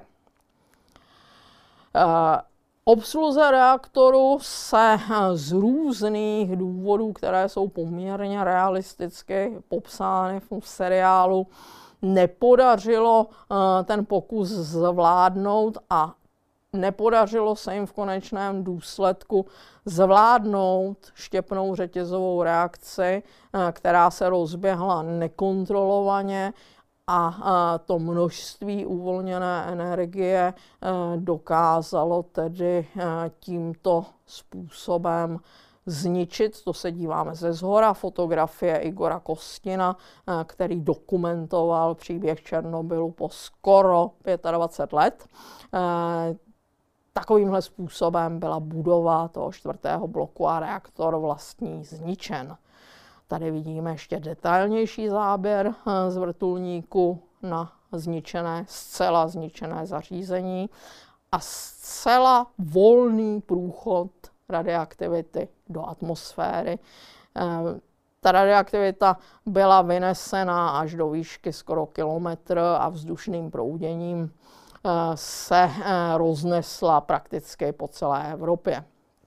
Obsluze reaktoru se z různých důvodů, které jsou poměrně realisticky popsány v seriálu, nepodařilo ten pokus zvládnout a nepodařilo se jim v konečném důsledku zvládnout štěpnou řetězovou reakci, která se rozběhla nekontrolovaně a to množství uvolněné energie dokázalo tedy tímto způsobem zničit. To se díváme ze zhora, fotografie Igora Kostina, který dokumentoval příběh Černobylu po skoro 25 let. Takovýmhle způsobem byla budova toho 4. bloku a reaktor vlastní zničen. Tady vidíme ještě detailnější záběr z vrtulníku na zcela zničené zařízení a zcela volný průchod radioaktivity do atmosféry. Ta radioaktivita byla vynesena až do výšky skoro kilometr a vzdušným prouděním se roznesla prakticky po celé Evropě.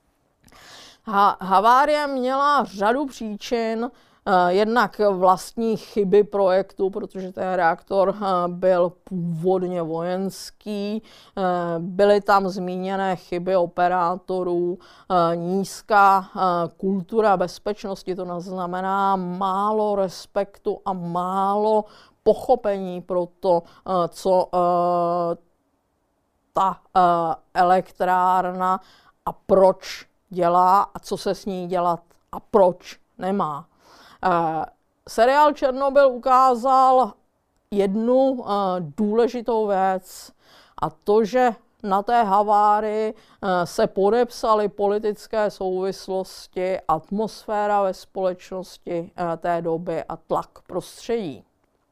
Havárie měla řadu příčin, jednak vlastní chyby projektu, protože ten reaktor byl původně vojenský, byly tam zmíněné chyby operátorů, nízká kultura bezpečnosti, to znamená málo respektu a málo pochopení pro to, co ta elektrárna a proč dělá a co se s ní dělat a proč nemá. Seriál Černobyl ukázal jednu důležitou věc a to, že na té havárii se podepsaly politické souvislosti, atmosféra ve společnosti té doby a tlak prostředí.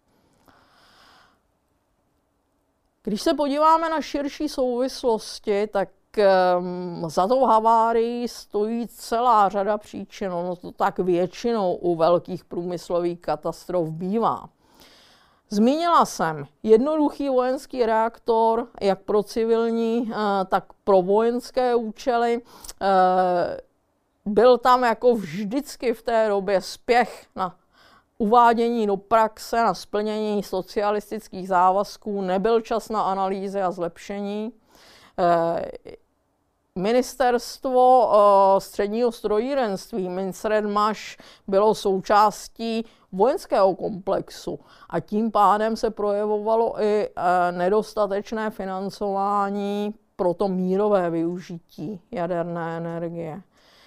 Když se podíváme na širší souvislosti, tak za tou havárií stojí celá řada příčin. Ono to tak většinou u velkých průmyslových katastrof bývá. Zmínila jsem jednoduchý vojenský reaktor, jak pro civilní, tak pro vojenské účely. Byl tam jako vždycky v té době spěch na uvádění do praxe, na splnění socialistických závazků, nebyl čas na analýzy a zlepšení. Ministerstvo středního strojírenství Minstredmaš bylo součástí vojenského komplexu a tím pádem se projevovalo i nedostatečné financování pro to mírové využití jaderné energie.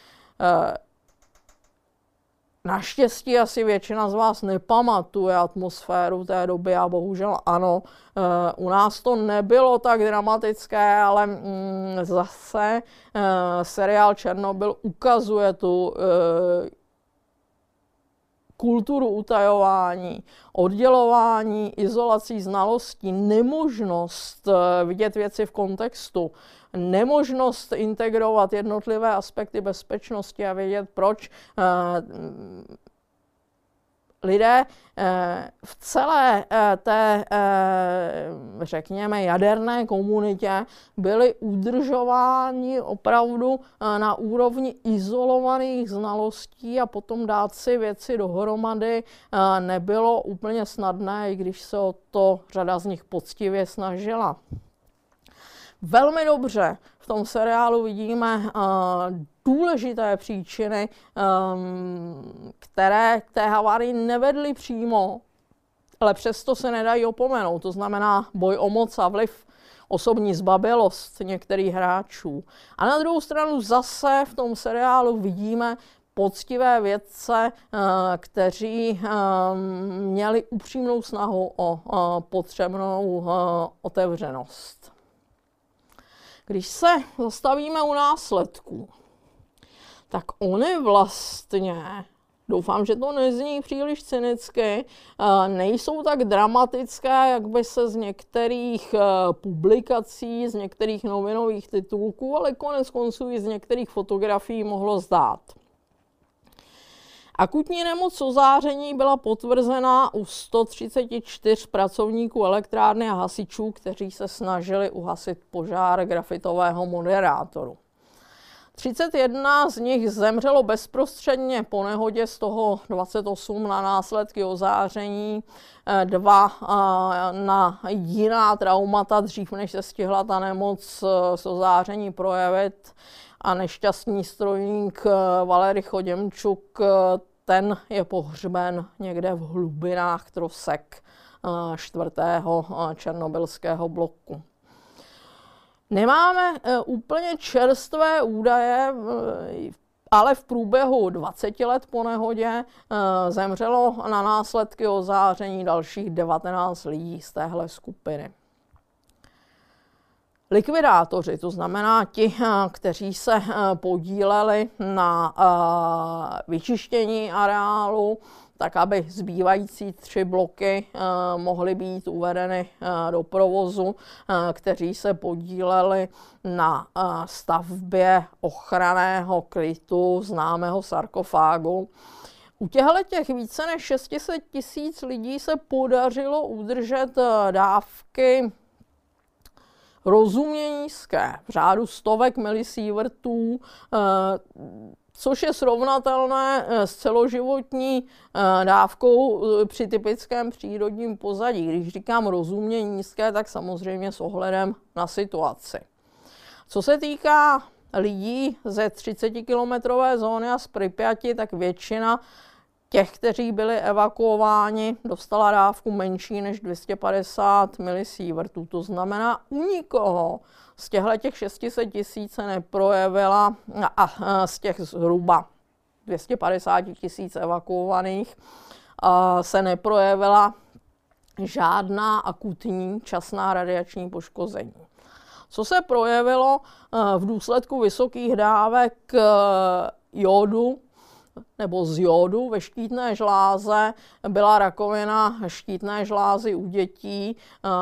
Naštěstí asi většina z vás nepamatuje atmosféru té doby a bohužel ano. U nás to nebylo tak dramatické, ale zase seriál Černobyl ukazuje tu kulturu utajování, oddělování, izolací znalostí, nemožnost vidět věci v kontextu, nemožnost integrovat jednotlivé aspekty bezpečnosti a vědět, proč lidé v celé té, řekněme, jaderné komunitě byli udržováni opravdu na úrovni izolovaných znalostí a potom dát si věci dohromady nebylo úplně snadné, i když se o to řada z nich poctivě snažila. Velmi dobře v tom seriálu vidíme důležité příčiny, které k té havárii nevedly přímo, ale přesto se nedají opomenout. To znamená boj o moc a vliv, osobní zbabělost některých hráčů. A na druhou stranu zase v tom seriálu vidíme poctivé vědce, kteří měli upřímnou snahu o potřebnou otevřenost. Když se zastavíme u následků, tak oni vlastně, doufám, že to nezní příliš cynicky, nejsou tak dramatické, jak by se z některých publikací, z některých novinových titulků, ale konec konců i z některých fotografií mohlo zdát. Akutní nemoc ozáření byla potvrzena u 134 pracovníků elektrárny a hasičů, kteří se snažili uhasit požár grafitového moderátoru. 31 z nich zemřelo bezprostředně po nehodě, z toho 28 na následky ozáření, 2 na jiná traumata, dřív než se stihla ta nemoc z ozáření projevit. A nešťastný strojník Valery Choděmčuk, ten je pohřben někde v hlubinách trosek 4. černobylského bloku. Nemáme úplně čerstvé údaje, ale v průběhu 20 let po nehodě zemřelo na následky ozáření dalších 19 lidí z téhle skupiny. Likvidátoři, to znamená ti, kteří se podíleli na vyčištění areálu, tak aby zbývající 3 bloky mohly být uvedeny do provozu, kteří se podíleli na stavbě ochranného krytu známého sarkofágu. U těch více než 600 000 lidí se podařilo udržet dávky rozumně nízké, v řádu stovek milisievertů, což je srovnatelné s celoživotní dávkou při typickém přírodním pozadí. Když říkám rozumně nízké, tak samozřejmě s ohledem na situaci. Co se týká lidí ze 30-kilometrové zóny a z Pripyati, tak většina těch, kteří byli evakuováni, dostala dávku menší než 250 milisievertů. To znamená, u nikoho z těch 600 000 se neprojevila, a z těch zhruba 250 000 evakuovaných se neprojevila žádná akutní časná radiační poškození. Co se projevilo v důsledku vysokých dávek jodu nebo z jodu ve štítné žláze, byla rakovina štítné žlázy u dětí.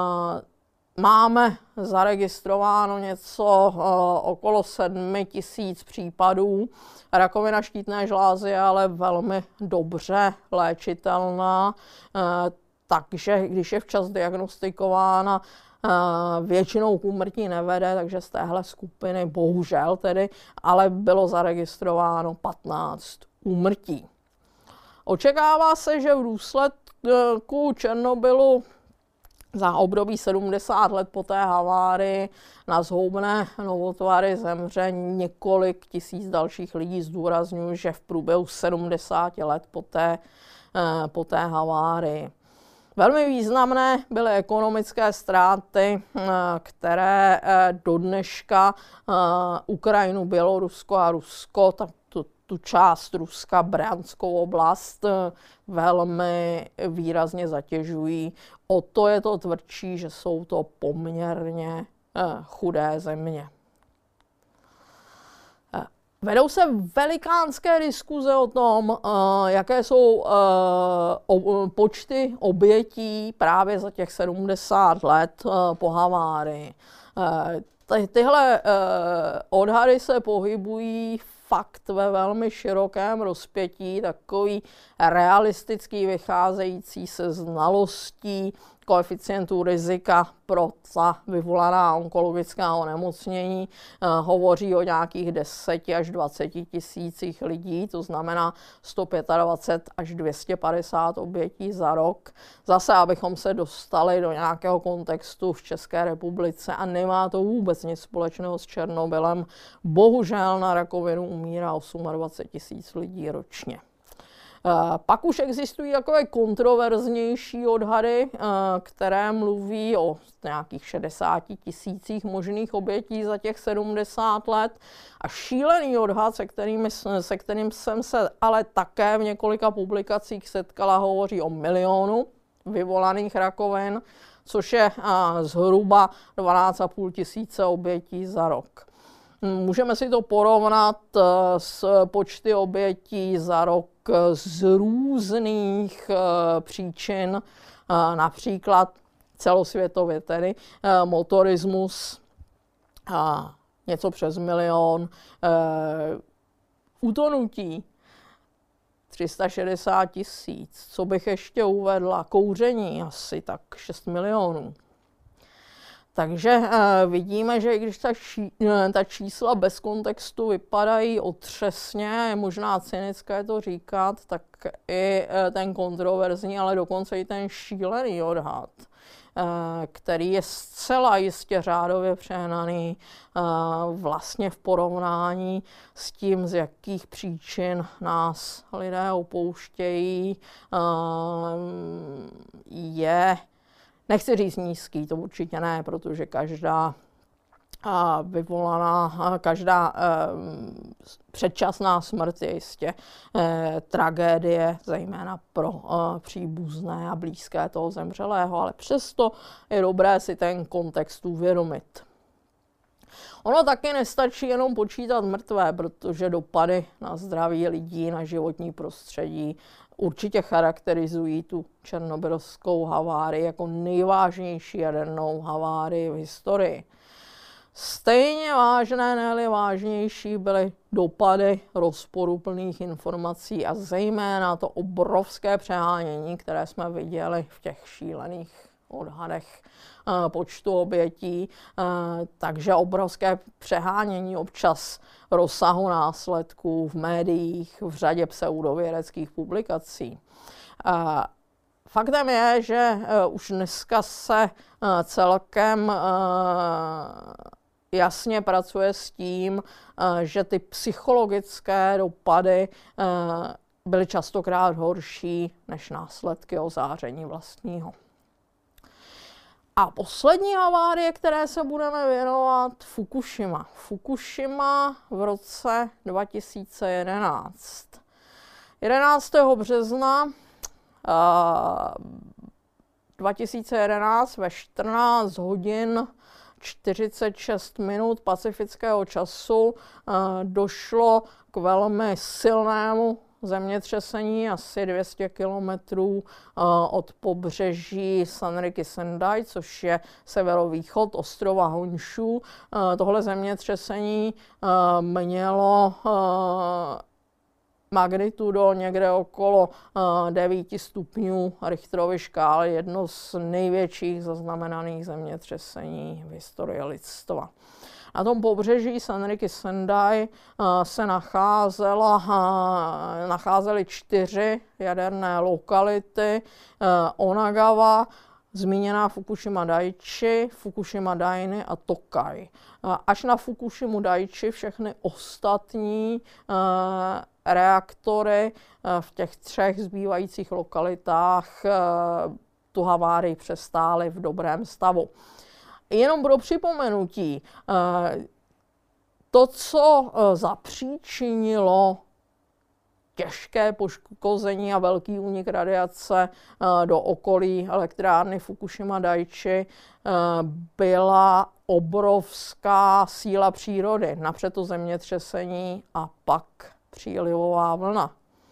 Máme zaregistrováno něco okolo 7 000 případů. Rakovina štítné žlázy je ale velmi dobře léčitelná, takže když je včas diagnostikována, většinou k úmrtí nevede, takže z téhle skupiny bohužel tedy, ale bylo zaregistrováno 15 úmrtí. Očekává se, že v důsledku Černobylu za období 70 let po té havárii na zhoubné novotvary zemře několik tisíc dalších lidí. Zdůrazňuji, že v průběhu 70 let po té havárii. Velmi významné byly ekonomické ztráty, které do dneška Ukrajinu, Bělorusko a Rusko, tu část Ruska, Bryanskou oblast, velmi výrazně zatěžují. O to je to tvrdší, že jsou to poměrně chudé země. Vedou se velikánské diskuze o tom, jaké jsou počty obětí právě za těch 70 let po havárii. Tyhle odhady se pohybují v fakt ve velmi širokém rozpětí, takový realistický, vycházející se znalostí koeficientů rizika pro ta vyvolaná onkologická onemocnění. Hovoří o nějakých 10 až 20 tisících lidí, to znamená 125 až 250 obětí za rok. Zase, abychom se dostali do nějakého kontextu v České republice, a nemá to vůbec nic společného s Černobylem. Bohužel na rakovinu umírá 28 tisíc lidí ročně. Pak už existují takové kontroverznější odhady, které mluví o nějakých 60 tisících možných obětí za těch 70 let. A šílený odhad, se kterým jsem se ale také v několika publikacích setkala, hovoří o 1 milionu vyvolaných rakovin, což je zhruba 12,5 tisíce obětí za rok. Můžeme si to porovnat s počty obětí za rok z různých příčin, například celosvětově tedy motorismus, něco přes 1 milion, utonutí 360 tisíc, co bych ještě uvedla, kouření asi tak 6 milionů. Takže vidíme, že i když ta čísla bez kontextu vypadají otřesně, je možná cynické to říkat, tak i ten kontroverzní, ale dokonce i ten šílený odhad, který je zcela jistě řádově přehnaný vlastně v porovnání s tím, z jakých příčin nás lidé opouštějí, je, nechci říct nízký, to určitě ne, protože každá každá předčasná smrt je jistě tragédie, zejména pro příbuzné a blízké toho zemřelého, ale přesto je dobré si ten kontext uvědomit. Ono taky nestačí jenom počítat mrtvé, protože dopady na zdraví lidí, na životní prostředí určitě charakterizují tu černobylskou havárii jako nejvážnější jadernou havárii v historii. Stejně vážné, ne-li vážnější, byly dopady rozporuplných informací a zejména to obrovské přehánění, které jsme viděli v těch šílených odhadech počtu obětí, takže obrovské přehánění občas rozsahu následků v médiích, v řadě pseudovědeckých publikací. Faktem je, že už dneska se celkem jasně pracuje s tím, že ty psychologické dopady byly častokrát horší než následky ozáření vlastního. A poslední havárie, které se budeme věnovat, Fukušima. Fukušima v roce 2011. 11. března 2011 ve 14 hodin 46 minut pacifického času došlo k velmi silnému zemětřesení asi 200 kilometrů od pobřeží Sanriky Sendai, což je severovýchod ostrova Honshu. Tohle zemětřesení mělo magnitudo někde okolo 9 stupňů Richterovy škály, jedno z největších zaznamenaných zemětřesení v historii lidstva. Na tom pobřeží Sanriky Sendai se nacházely 4 jaderné lokality: Onagawa, zmíněná Fukushima Daiichi, Fukushima Daini a Tokai. Až na Fukushimu Daiichi všechny ostatní reaktory v těch 3 zbývajících lokalitách tu havárii přestály v dobrém stavu. Jenom pro připomenutí, to, co zapříčinilo těžké poškození a velký únik radiace do okolí elektrárny Fukushima Daiichi, byla obrovská síla přírody, napřed to zemětřesení a pak přílivová vlna.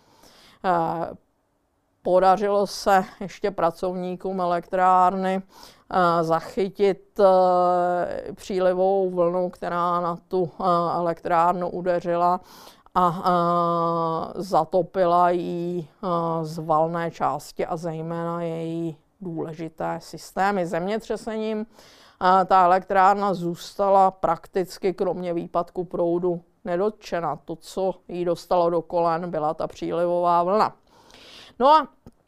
Podařilo se ještě pracovníkům elektrárny zachytit přílivovou vlnu, která na tu elektrárnu udeřila, a zatopila jí z valné části a zejména její důležité systémy. Zemětřesením ta elektrárna zůstala prakticky kromě výpadku proudu nedotčena. To, co jí dostalo do kolen, byla ta přílivová vlna. No a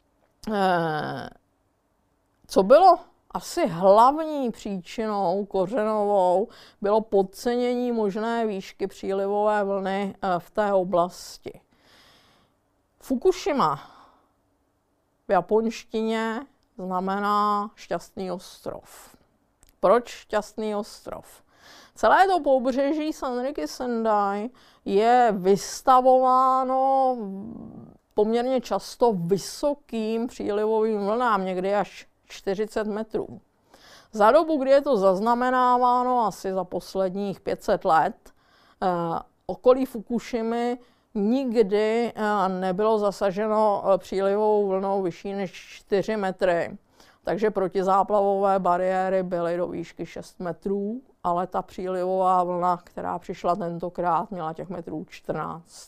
co bylo asi hlavní příčinou kořenovou, bylo podcenění možné výšky přílivové vlny v té oblasti. Fukušima v japonštině znamená šťastný ostrov. Proč šťastný ostrov? Celé to pobřeží Sanriky Sendai je vystavováno poměrně často vysokým přílivovým vlnám, někdy až 40 metrů. Za dobu, kdy je to zaznamenáváno, asi za posledních 500 let, okolí Fukušimy nikdy nebylo zasaženo přílivovou vlnou vyšší než 4 metry. Takže protizáplavové bariéry byly do výšky 6 metrů, ale ta přílivová vlna, která přišla tentokrát, měla těch metrů 14.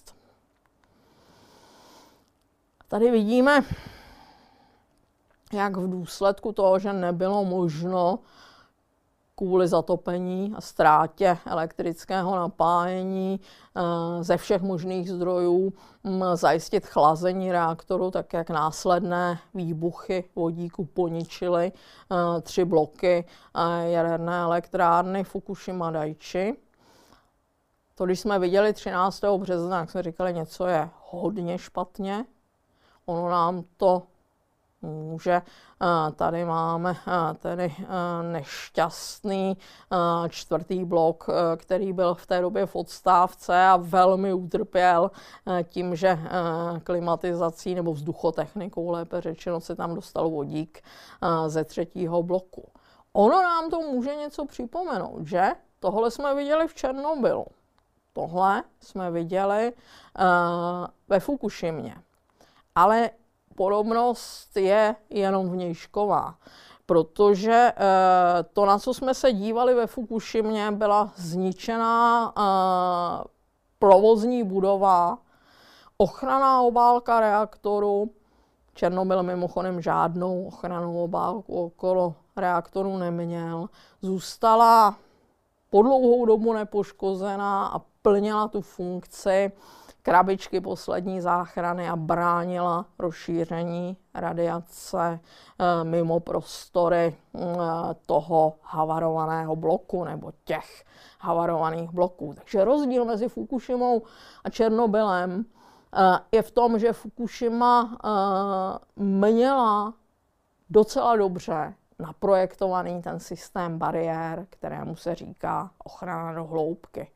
Tady vidíme, jak v důsledku toho, že nebylo možno kvůli zatopení a ztrátě elektrického napájení ze všech možných zdrojů zajistit chlazení reaktoru, tak jak následné výbuchy vodíku poničily 3 bloky jaderné elektrárny Fukushima Daiichi. To, když jsme viděli 13. března, jak jsme říkali, něco je hodně špatně. Ono nám to může. Tady máme tedy nešťastný 4. blok, který byl v té době v odstávce a velmi utrpěl tím, že klimatizací nebo vzduchotechnikou, lépe řečeno, se tam dostal vodík ze 3. bloku. Ono nám to může něco připomenout, že? Tohle jsme viděli v Černobylu. Tohle jsme viděli ve Fukušimě. Ale podobnost je jenom vnějšková, protože to, na co jsme se dívali ve Fukušimě, byla zničená provozní budova, ochranná obálka reaktoru. Černobyl mimochodem žádnou ochrannou obálku okolo reaktoru neměl. Zůstala po dlouhou dobu nepoškozená a plnila tu funkci krabičky poslední záchrany a bránila rozšíření radiace mimo prostory toho havarovaného bloku nebo těch havarovaných bloků. Takže rozdíl mezi Fukušimou a Černobylem je v tom, že Fukušima měla docela dobře naprojektovaný ten systém bariér, kterému se říká ochrana do hloubky.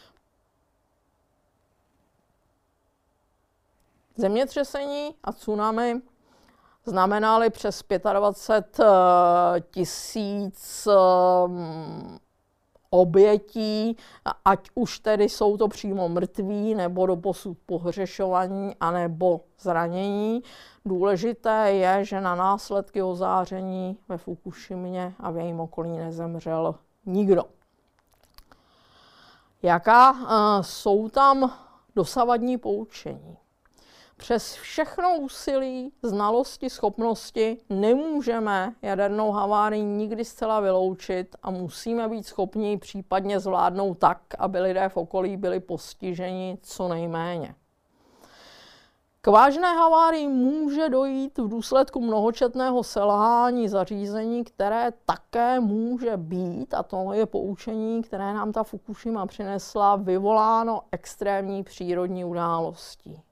Zemětřesení a tsunami znamenaly přes 25 000 obětí, ať už tedy jsou to přímo mrtví, nebo doposud pohřešovaní, anebo zranění. Důležité je, že na následky ozáření ve Fukušimě a v jejím okolí nezemřel nikdo. Jaká jsou tam dosavadní poučení? Přes všechno úsilí, znalosti, schopnosti nemůžeme jadernou havárii nikdy zcela vyloučit a musíme být schopni případně zvládnout tak, aby lidé v okolí byli postiženi co nejméně. K vážné havárii může dojít v důsledku mnohočetného selhání zařízení, které také může být, a to je poučení, které nám ta Fukušima přinesla, vyvoláno extrémní přírodní událostí.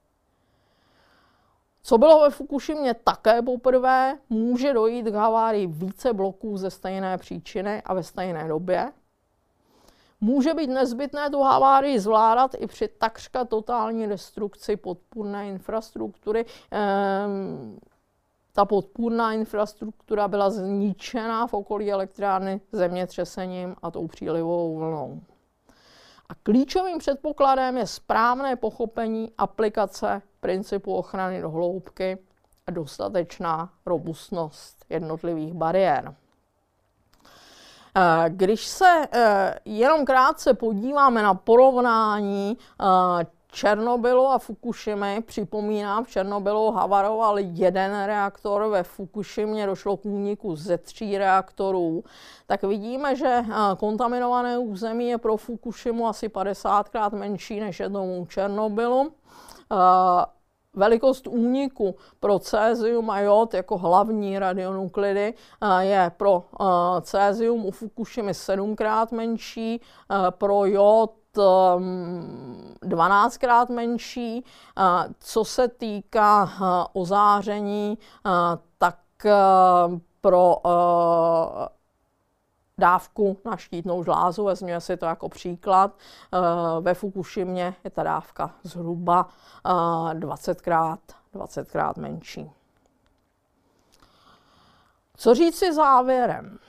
Co bylo ve Fukušimě také poprvé, může dojít k havárii více bloků ze stejné příčiny a ve stejné době. Může být nezbytné tu havárii zvládat i při takřka totální destrukci podpůrné infrastruktury. Ta podpůrná infrastruktura byla zničena v okolí elektrárny zemětřesením a tou přílivovou vlnou. A klíčovým předpokladem je správné pochopení aplikace principu ochrany do hloubky a dostatečná robustnost jednotlivých bariér. Když se jenom krátce podíváme na porovnání Černobylu a Fukušimy, připomínám, v Černobylu havaroval jeden reaktor, ve Fukušimě došlo k úniku ze 3 reaktorů, tak vidíme, že kontaminované území je pro Fukušimu asi 50krát menší než je tomu Černobylu. Velikost úniku pro cézium a jod jako hlavní radionuklidy je pro cézium u Fukušimy 7krát menší, pro jod 12krát menší. Co se týká ozáření, tak pro dávku na štítnou žlázu, vezměme si to jako příklad, ve Fukušimě je ta dávka zhruba 20krát menší. Co říci závěrem?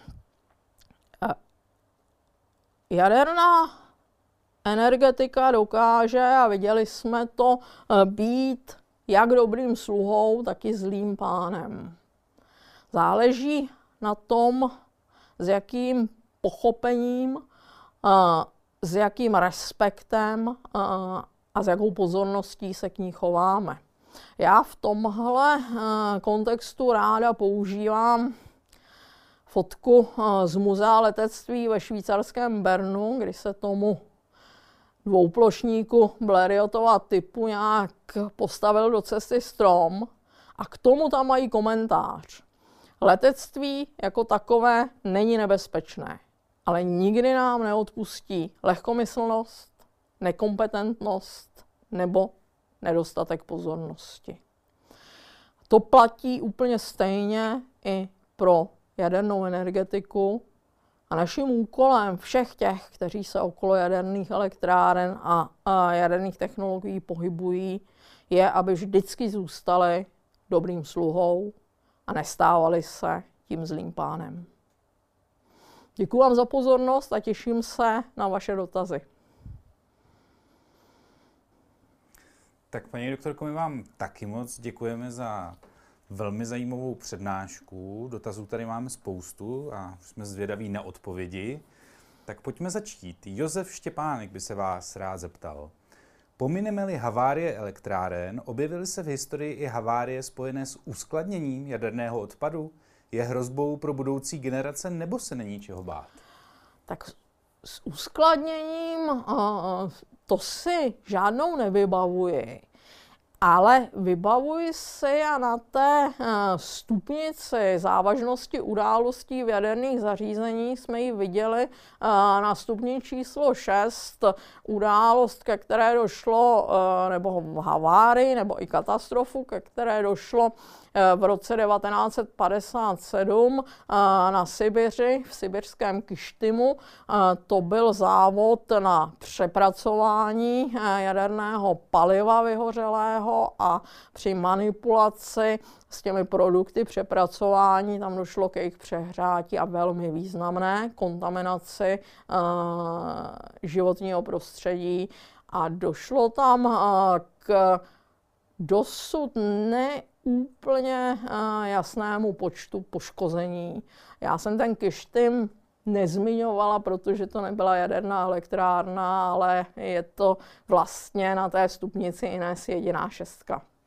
Jaderná energetika dokáže, a viděli jsme to, být jak dobrým sluhou, tak i zlým pánem. Záleží na tom, s jakým pochopením, s jakým respektem a s jakou pozorností se k ní chováme. Já v tomhle kontextu ráda používám fotku z muzea letectví ve švýcarském Bernu, kdy se tomu dvouplošníku Blériotova typu nějak postavil do cesty strom a k tomu tam mají komentář. Letectví jako takové není nebezpečné, ale nikdy nám neodpustí lehkomyslnost, nekompetentnost nebo nedostatek pozornosti. To platí úplně stejně i pro jadernou energetiku a naším úkolem všech těch, kteří se okolo jaderných elektráren a jaderných technologií pohybují, je, aby vždycky zůstali dobrým sluhou a nestávali se tím zlým pánem. Děkuji vám za pozornost a těším se na vaše dotazy. Tak paní doktorko, my vám taky moc děkujeme za velmi zajímavou přednášku. Dotazů tady máme spoustu a jsme zvědaví na odpovědi. Tak pojďme začít. Josef Štěpánek by se vás rád zeptal. Pomineme-li havárie elektráren, objevily se v historii i havárie spojené s uskladněním jaderného odpadu? Je hrozbou pro budoucí generace nebo se není čeho bát? Tak s uskladněním to si žádnou nevybavuji. Ale vybavuji si a na té stupnici závažnosti událostí v jaderných zařízeních jsme ji viděli na stupni číslo 6, událost, ke které došlo, nebo havárii, nebo i katastrofu, ke které došlo v roce 1957 na Sibiři, v sibirském Kyštimu. To byl závod na přepracování jaderného paliva vyhořelého a při manipulaci s těmi produkty přepracování tam došlo k jejich přehrátí a velmi významné kontaminaci životního prostředí a došlo tam k dosud neúplně jasnému počtu poškození. Já jsem ten Kyštym nezmiňovala, protože to nebyla jaderná elektrárna, ale je to vlastně na té stupnici Ines jediná 6.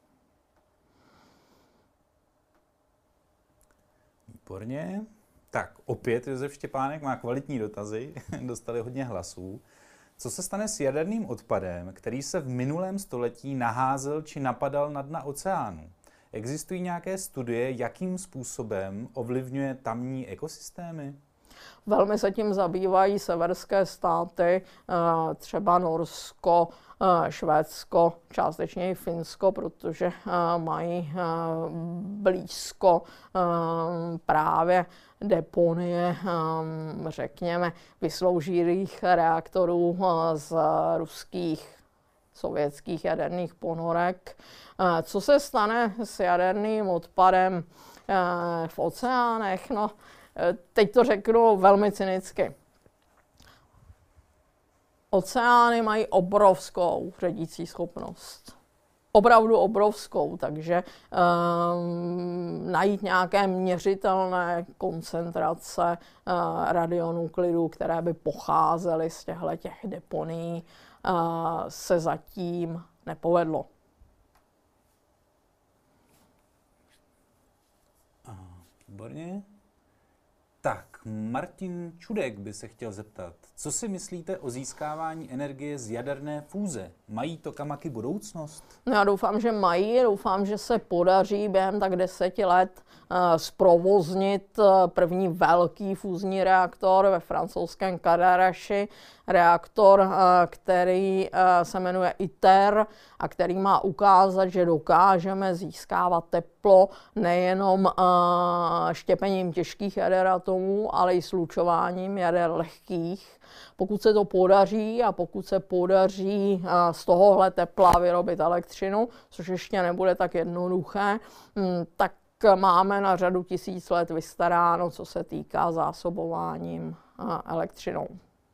Výborně. Tak opět Josef Štěpánek má kvalitní dotazy, dostali hodně hlasů. Co se stane s jaderným odpadem, který se v minulém století naházel či napadal na dna oceánu? Existují nějaké studie, jakým způsobem ovlivňuje tamní ekosystémy? Velmi se tím zabývají severské státy, třeba Norsko, Švédsko, částečně i Finsko, protože mají blízko právě deponie, řekněme, vysloužilých reaktorů z ruských, sovětských jaderných ponorek. Co se stane s jaderným odpadem v oceánech? No, teď to řeknu velmi cynicky. Oceány mají obrovskou ředící schopnost. Opravdu obrovskou, takže najít nějaké měřitelné koncentrace radionuklidů, které by pocházely z těchto deponií, se zatím nepovedlo. Výborně. Tak, Martin Čudek by se chtěl zeptat, co si myslíte o získávání energie z jaderné fúze? Mají tokamaki budoucnost? Já doufám, že mají, doufám, že se podaří během tak 10 let zprovoznit první velký fúzní reaktor ve francouzském Cadaraši, reaktor, který se jmenuje ITER a který má ukázat, že dokážeme získávat teplo nejenom štěpením těžkých jader atomů, ale i slučováním jader lehkých. Pokud se to podaří a pokud se podaří z tohohle tepla vyrobit elektřinu, což ještě nebude tak jednoduché, tak máme na řadu tisíc let vystaráno, co se týká zásobováním elektřinou.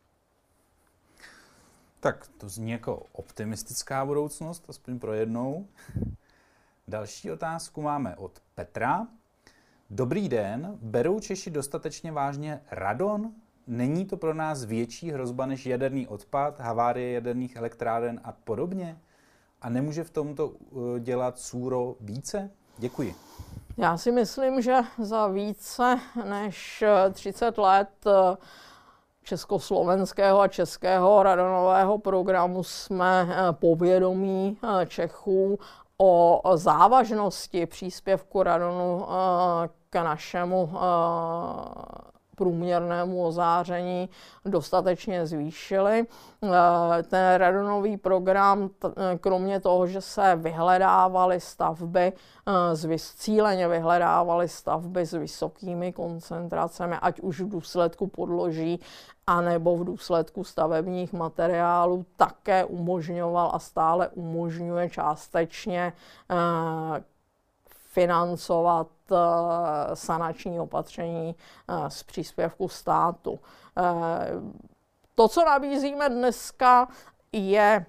Tak to zní jako optimistická budoucnost, aspoň pro jednou. Další otázku máme od Petra. Dobrý den, berou Češi dostatečně vážně radon? Není to pro nás větší hrozba než jaderný odpad, havárie jaderných elektráren a podobně? A nemůže v tomto dělat SÚRO více? Děkuji. Já si myslím, že za více než 30 let československého a českého radonového programu jsme povědomí Čechů o závažnosti příspěvku radonu k našemu průměrnému ozáření dostatečně zvýšily. Ten radonový program, kromě toho, že se vyhledávaly stavby, cíleně vyhledávaly stavby s vysokými koncentracemi, ať už v důsledku podloží, anebo v důsledku stavebních materiálů, také umožňoval a stále umožňuje částečně financovat sanační opatření z příspěvku státu. To, co nabízíme dneska, je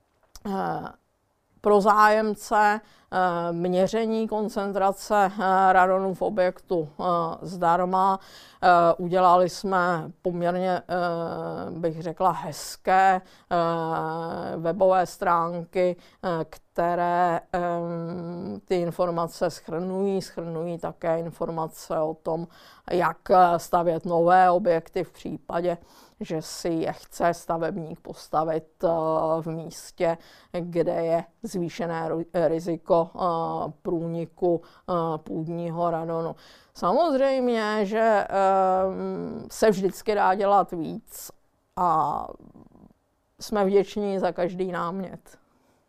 pro zájemce měření koncentrace radonu v objektu zdarma. Udělali jsme poměrně, bych řekla, hezké webové stránky, které ty informace shrnují také informace o tom, jak stavět nové objekty v případě, že si je chce stavebník postavit v místě, kde je zvýšené riziko průniku půdního radonu. Samozřejmě, že se vždycky dá dělat víc a jsme vděční za každý námět.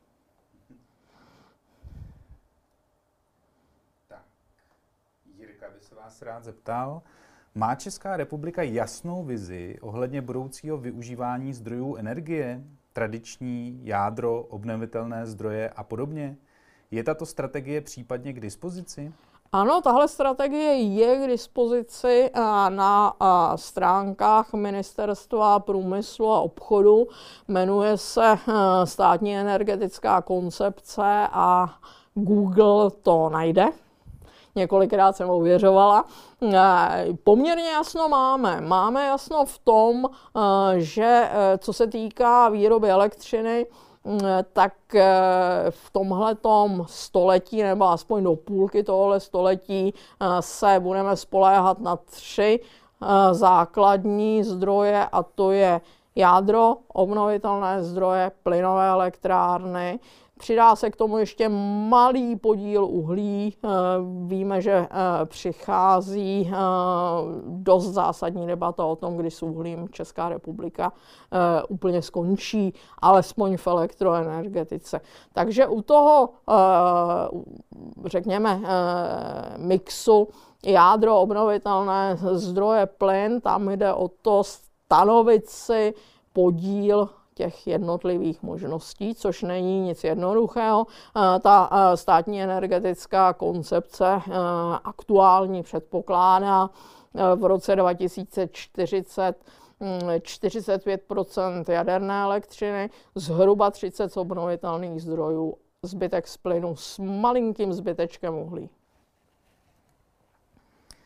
Tak, Jirka by se vás rád zeptal. Má Česká republika jasnou vizi ohledně budoucího využívání zdrojů energie, tradiční, jádro, obnovitelné zdroje a podobně? Je tato strategie případně k dispozici? Ano, tahle strategie je k dispozici na stránkách Ministerstva průmyslu a obchodu. Jmenuje se Státní energetická koncepce a Google to najde. Několikrát jsem ověřovala. Poměrně jasno máme. Máme jasno v tom, že co se týká výroby elektřiny, tak v tomhletom století, nebo aspoň do půlky tohohle století, se budeme spoléhat na 3 základní zdroje, a to je jádro, obnovitelné zdroje, plynové elektrárny. Přidá se k tomu ještě malý podíl uhlí. Víme, že přichází dost zásadní debata o tom, kdy s uhlím Česká republika úplně skončí, alespoň v elektroenergetice. Takže u toho, řekněme, mixu jádro, obnovitelné zdroje, plyn, tam jde o to stanovit si podíl těch jednotlivých možností, což není nic jednoduchého. Ta státní energetická koncepce aktuální předpokládá v roce 2040 45% jaderné elektřiny, zhruba 30 z obnovitelných zdrojů, zbytek z plynu s malinkým zbytečkem uhlí.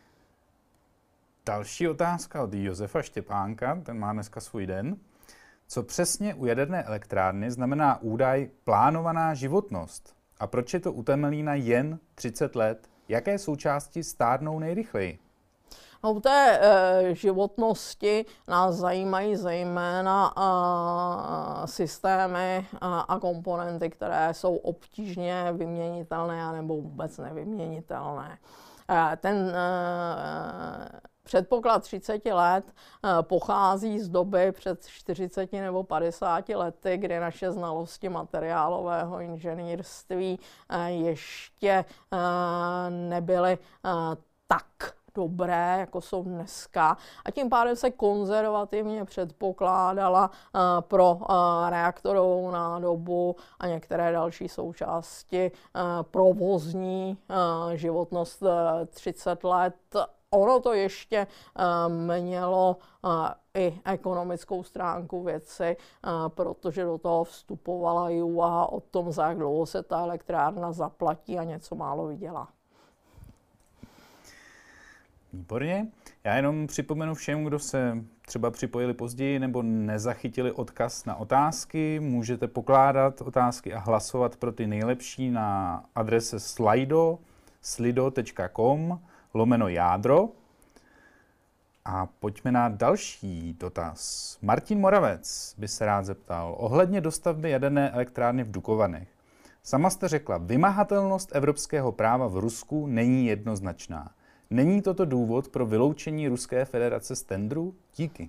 Další otázka od Josefa Štěpánka, ten má dneska svůj den. Co přesně u jaderné elektrárny znamená údaj plánovaná životnost? A proč je to u Temelína jen 30 let? Jaké součásti stárnou nejrychleji? No, u té životnosti nás zajímají zejména systémy a komponenty, které jsou obtížně vyměnitelné nebo vůbec nevyměnitelné. Ten předpoklad 30 let pochází z doby před 40 nebo 50 lety, kdy naše znalosti materiálového inženýrství ještě nebyly tak dobré, jako jsou dneska. A tím pádem se konzervativně předpokládala pro reaktorovou nádobu a některé další součásti provozní životnost 30 let. Ono to ještě mělo i ekonomickou stránku věci, protože do toho vstupovala i úvaha o tom, za jak dlouho se ta elektrárna zaplatí a něco málo vydělá. Výborně. Já jenom připomenu všem, kdo se třeba připojili později nebo nezachytili odkaz na otázky. Můžete pokládat otázky a hlasovat pro ty nejlepší na adrese slido.com/jádro. A pojďme na další dotaz. Martin Moravec by se rád zeptal ohledně dostavby jaderné elektrárny v Dukovanech. Sama jste řekla, vymahatelnost evropského práva v Rusku není jednoznačná. Není toto důvod pro vyloučení Ruské federace z tendru? Díky.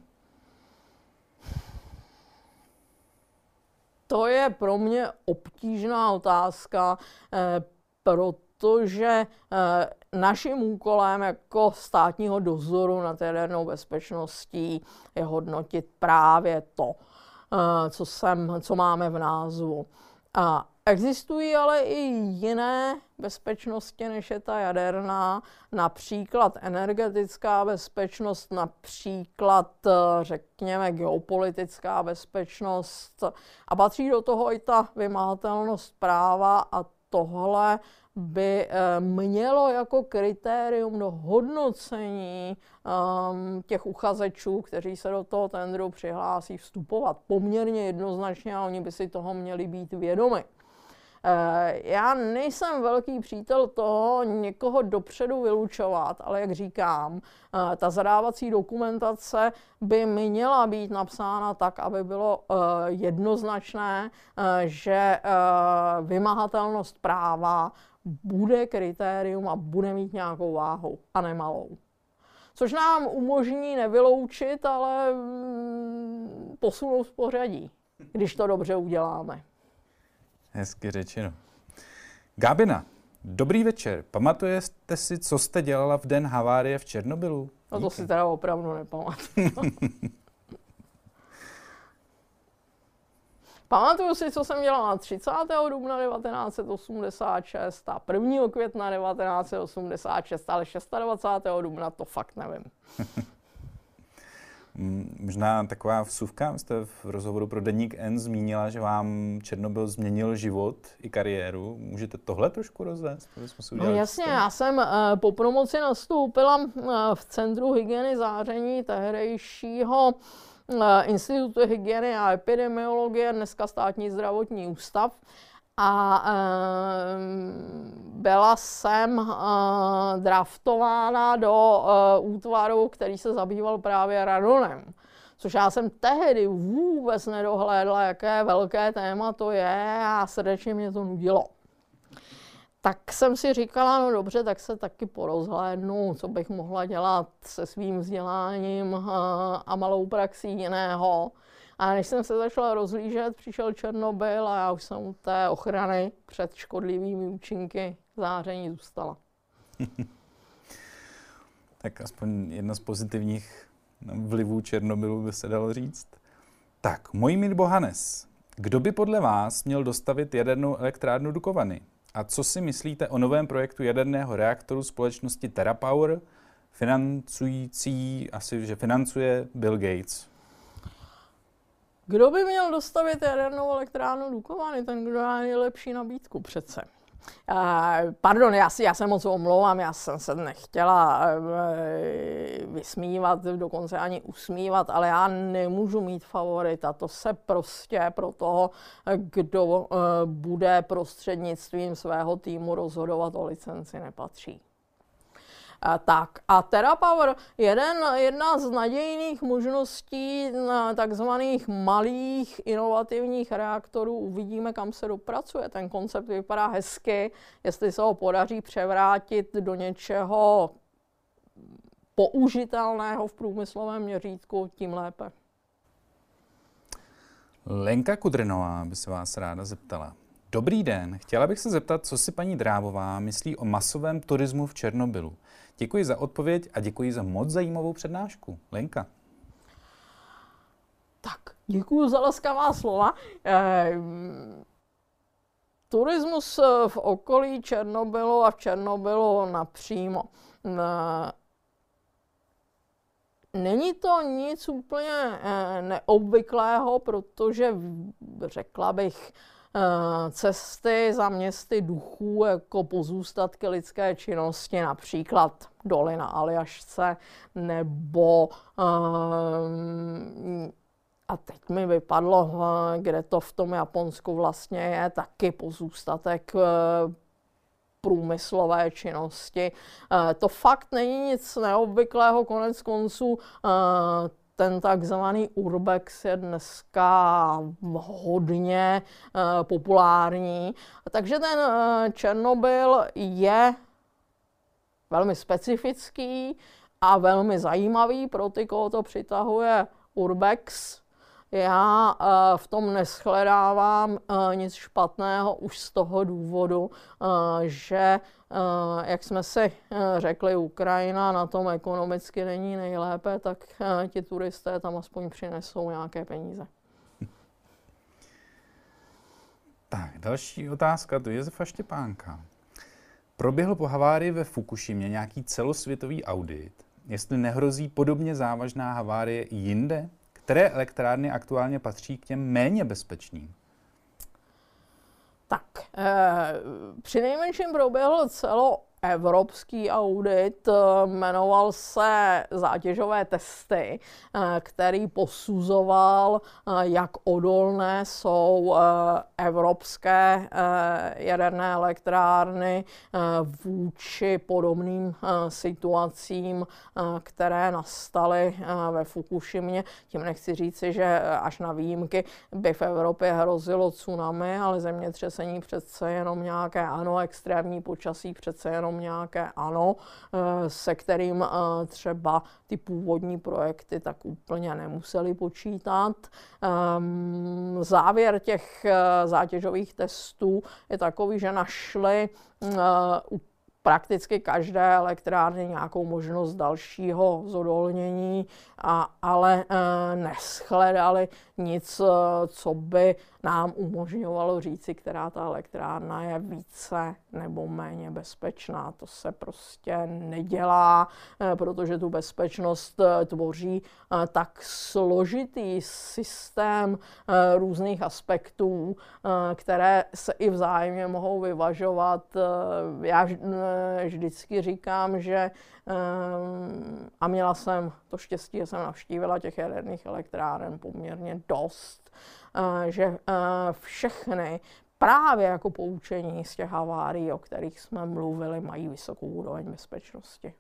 To je pro mě obtížná otázka, protože naším úkolem jako státního dozoru nad jadernou bezpečností je hodnotit právě to, co máme v názvu. Existují ale i jiné bezpečnosti, než je ta jaderná, například energetická bezpečnost, například, řekněme, geopolitická bezpečnost. A patří do toho i ta vymahatelnost práva a tohle by mělo jako kritérium do hodnocení těch uchazečů, kteří se do toho tendru přihlásí, vstupovat poměrně jednoznačně a oni by si toho měli být vědomi. Já nejsem velký přítel toho někoho dopředu vylučovat, ale jak říkám, ta zadávací dokumentace by měla být napsána tak, aby bylo jednoznačné, že vymahatelnost práva bude kritérium a bude mít nějakou váhu a nemalou. Což nám umožní nevyloučit, ale posunout v pořadí, když to dobře uděláme. Hezky řečeno. Gábina, dobrý večer. Pamatujete si, co jste dělala v den havárie v Černobylu? No to si teda opravdu nepamatuju. Pamatuju si, co jsem dělala 30. dubna 1986 a 1. května 1986, ale 26. dubna to fakt nevím. Možná taková vsuvka, jste v rozhovoru pro Deník N zmínila, že vám Černobyl změnil život i kariéru. Můžete tohle trošku rozvést? No jasně, já jsem po promoci nastoupila v Centru hygieny záření tehdejšího Institutu hygieny a epidemiologie, dneska Státní zdravotní ústav. A byla jsem draftována do útvaru, který se zabýval právě radonem. Což já jsem tehdy vůbec nedohlédla, jaké velké téma to je a srdečně mě to nudilo. Tak jsem si říkala, no dobře, tak se taky porozhlédnu, co bych mohla dělat se svým vzděláním a malou praxí jiného. A než jsem se začala rozhlížet, přišel Černobyl a já už jsem u té ochrany před škodlivými účinky záření zůstala. Tak aspoň jedna z pozitivních vlivů Černobylu by se dalo říct. Tak, Mojmír Bohanes, kdo by podle vás měl dostavit jadernou elektrárnu Dukovany? A co si myslíte o novém projektu jaderného reaktoru společnosti TerraPower, že financuje Bill Gates? Kdo by měl dostavit jadernou elektrárnu Dukovany? Ten, kdo má nejlepší nabídku přece. Pardon, já se moc omlouvám, já jsem se nechtěla vysmívat, dokonce ani usmívat, ale já nemůžu mít favorita. To se prostě pro toho, kdo bude prostřednictvím svého týmu rozhodovat o licenci, nepatří. Tak a TerraPower, jedna z nadějných možností takzvaných malých inovativních reaktorů. Uvidíme, kam se dopracuje. Ten koncept vypadá hezky, jestli se ho podaří převrátit do něčeho použitelného v průmyslovém měřítku, tím lépe. Lenka Kudrnová by se vás ráda zeptala. Dobrý den, chtěla bych se zeptat, co si paní Drábová myslí o masovém turismu v Černobylu. Děkuji za odpověď a děkuji za moc zajímavou přednášku. Lenka. Tak, děkuji za laskavá slova. Turismus v okolí Černobylu a v Černobylu napřímo. Není to nic úplně neobvyklého, protože řekla bych, cesty za městy duchů jako pozůstatky lidské činnosti, například dolina Aljašce nebo a teď mi vypadlo, kde to v tom Japonsku vlastně je, taky pozůstatek průmyslové činnosti. To fakt není nic neobvyklého, konec konců ten takzvaný urbex je dneska hodně populární. Takže ten Černobyl je velmi specifický a velmi zajímavý pro ty, koho to přitahuje urbex. Já v tom neshledávám nic špatného už z toho důvodu, že, jak jsme si řekli, Ukrajina na tom ekonomicky není nejlépe, tak ti turisté tam aspoň přinesou nějaké peníze. Tak, další otázka, to je Josefa Štěpánka. Proběhl po havárii ve Fukušimě nějaký celosvětový audit, jestli nehrozí podobně závažná havárie i jinde? Které elektrárny aktuálně patří k těm méně bezpečným? Tak, přinejmenším proběhl celoevropský audit, jmenoval se zátěžové testy, který posuzoval, jak odolné jsou evropské jaderné elektrárny vůči podobným situacím, které nastaly ve Fukušimě. Tím nechci říci, že až na výjimky by v Evropě hrozilo tsunami, ale zemětřesení přece jenom nějaké ano, extrémní počasí přece jenom nějaké ano, se kterým třeba ty původní projekty tak úplně nemuseli počítat. Závěr těch zátěžových testů je takový, že našli u prakticky každé elektrárny nějakou možnost dalšího zodolnění, ale neshledali nic, co by nám umožňovalo říci, která ta elektrárna je více nebo méně bezpečná. To se prostě nedělá, protože tu bezpečnost tvoří tak složitý systém různých aspektů, které se i vzájemně mohou vyvažovat. Já vždycky říkám, že a měla jsem to štěstí, že jsem navštívila těch jaderných elektráren poměrně dost, že všechny právě jako poučení z těch havárií, o kterých jsme mluvili, mají vysokou úroveň bezpečnosti.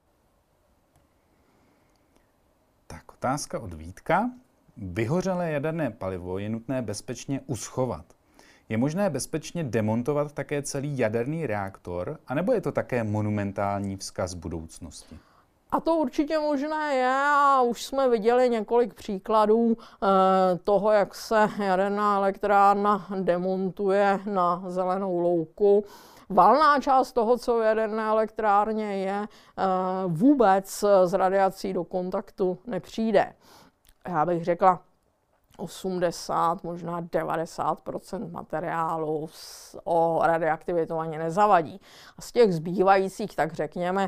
Tak, otázka od Vítka. Vyhořelé jaderné palivo je nutné bezpečně uschovat. Je možné bezpečně demontovat také celý jaderný reaktor, anebo je to také monumentální vzkaz budoucnosti? A to určitě možné je a už jsme viděli několik příkladů toho, jak se jaderná elektrárna demontuje na zelenou louku. Valná část toho, co v jaderné elektrárně je, vůbec s radiací do kontaktu nepřijde. Já bych řekla, 80, možná 90% materiálu o radioaktivitu ani nezavadí. A z těch zbývajících, tak řekněme,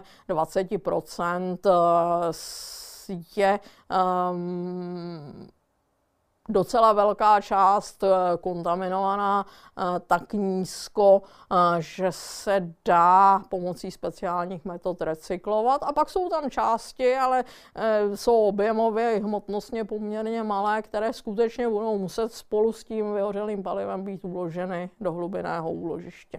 20% je docela velká část kontaminovaná tak nízko, že se dá pomocí speciálních metod recyklovat. A pak jsou tam části, ale jsou objemově i hmotnostně poměrně malé, které skutečně budou muset spolu s tím vyhořelým palivem být uloženy do hlubinného úložiště.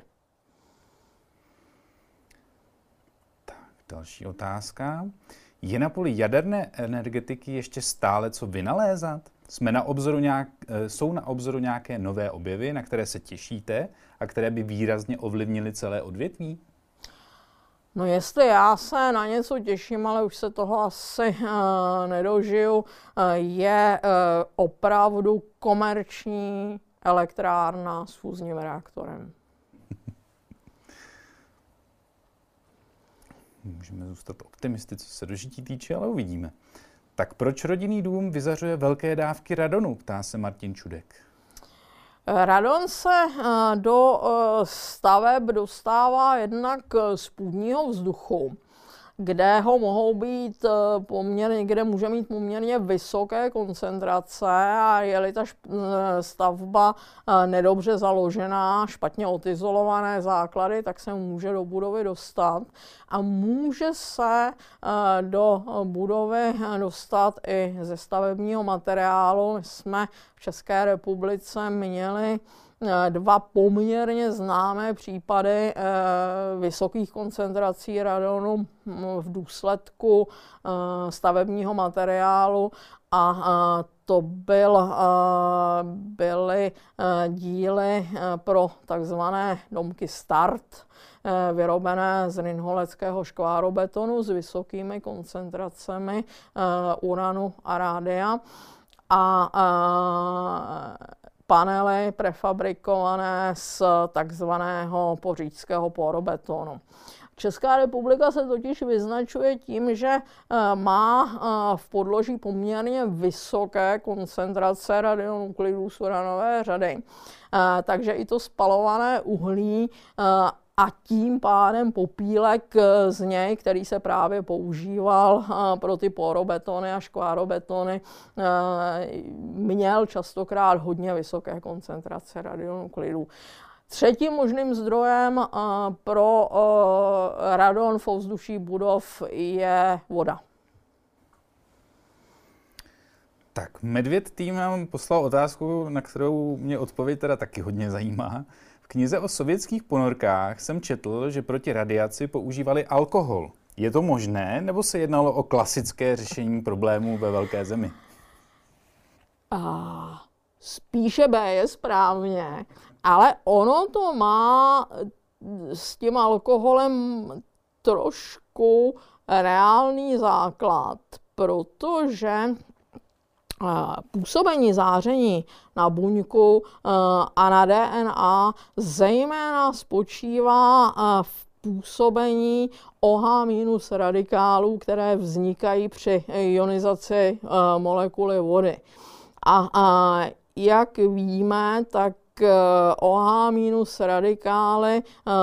Tak, další otázka. Je na poli jaderné energetiky ještě stále co vynalézat? Jsou na obzoru nějaké nové objevy, na které se těšíte a které by výrazně ovlivnily celé odvětví? No jestli já se na něco těším, ale už se toho asi nedožiju, je opravdu komerční elektrárna s fúzním reaktorem. Můžeme zůstat optimisty, co se dožití týče, ale uvidíme. Tak proč rodinný dům vyzařuje velké dávky radonu, ptá se Martin Čudek. Radon se do staveb dostává jednak z půdního vzduchu, kde ho mohou být kde může mít poměrně vysoké koncentrace a je-li ta stavba nedobře založená, špatně odizolované základy, tak se může do budovy dostat a může se do budovy dostat i ze stavebního materiálu. My jsme v České republice měli dva poměrně známé případy vysokých koncentrací radonu v důsledku stavebního materiálu a to byly díly pro takzvané domky Start, vyrobené z rynholeckého škvárobetonu s vysokými koncentracemi uranu a rádia. A panely prefabrikované z takzvaného poříčského porobetonu. Česká republika se totiž vyznačuje tím, že má v podloží poměrně vysoké koncentrace radionuklidů z uranové řady. Takže i to spalované uhlí a tím pádem popílek z něj, který se právě používal pro ty porobetony a škvárobetony, měl častokrát hodně vysoké koncentrace radionuklidů. Třetím možným zdrojem pro radon v ovzduší budov je voda. Tak, Medvěd tým nám poslal otázku, na kterou mě odpověď teda taky hodně zajímá. V knize o sovětských ponorkách jsem četl, že proti radiaci používali alkohol. Je to možné, nebo se jednalo o klasické řešení problémů ve velké zemi? Spíše B je správně, ale ono to má s tím alkoholem trošku reálný základ, protože působení záření na buňku a na DNA zejména spočívá v působení OH- radikálů, které vznikají při ionizaci molekuly vody. A jak víme, tak OH- radikály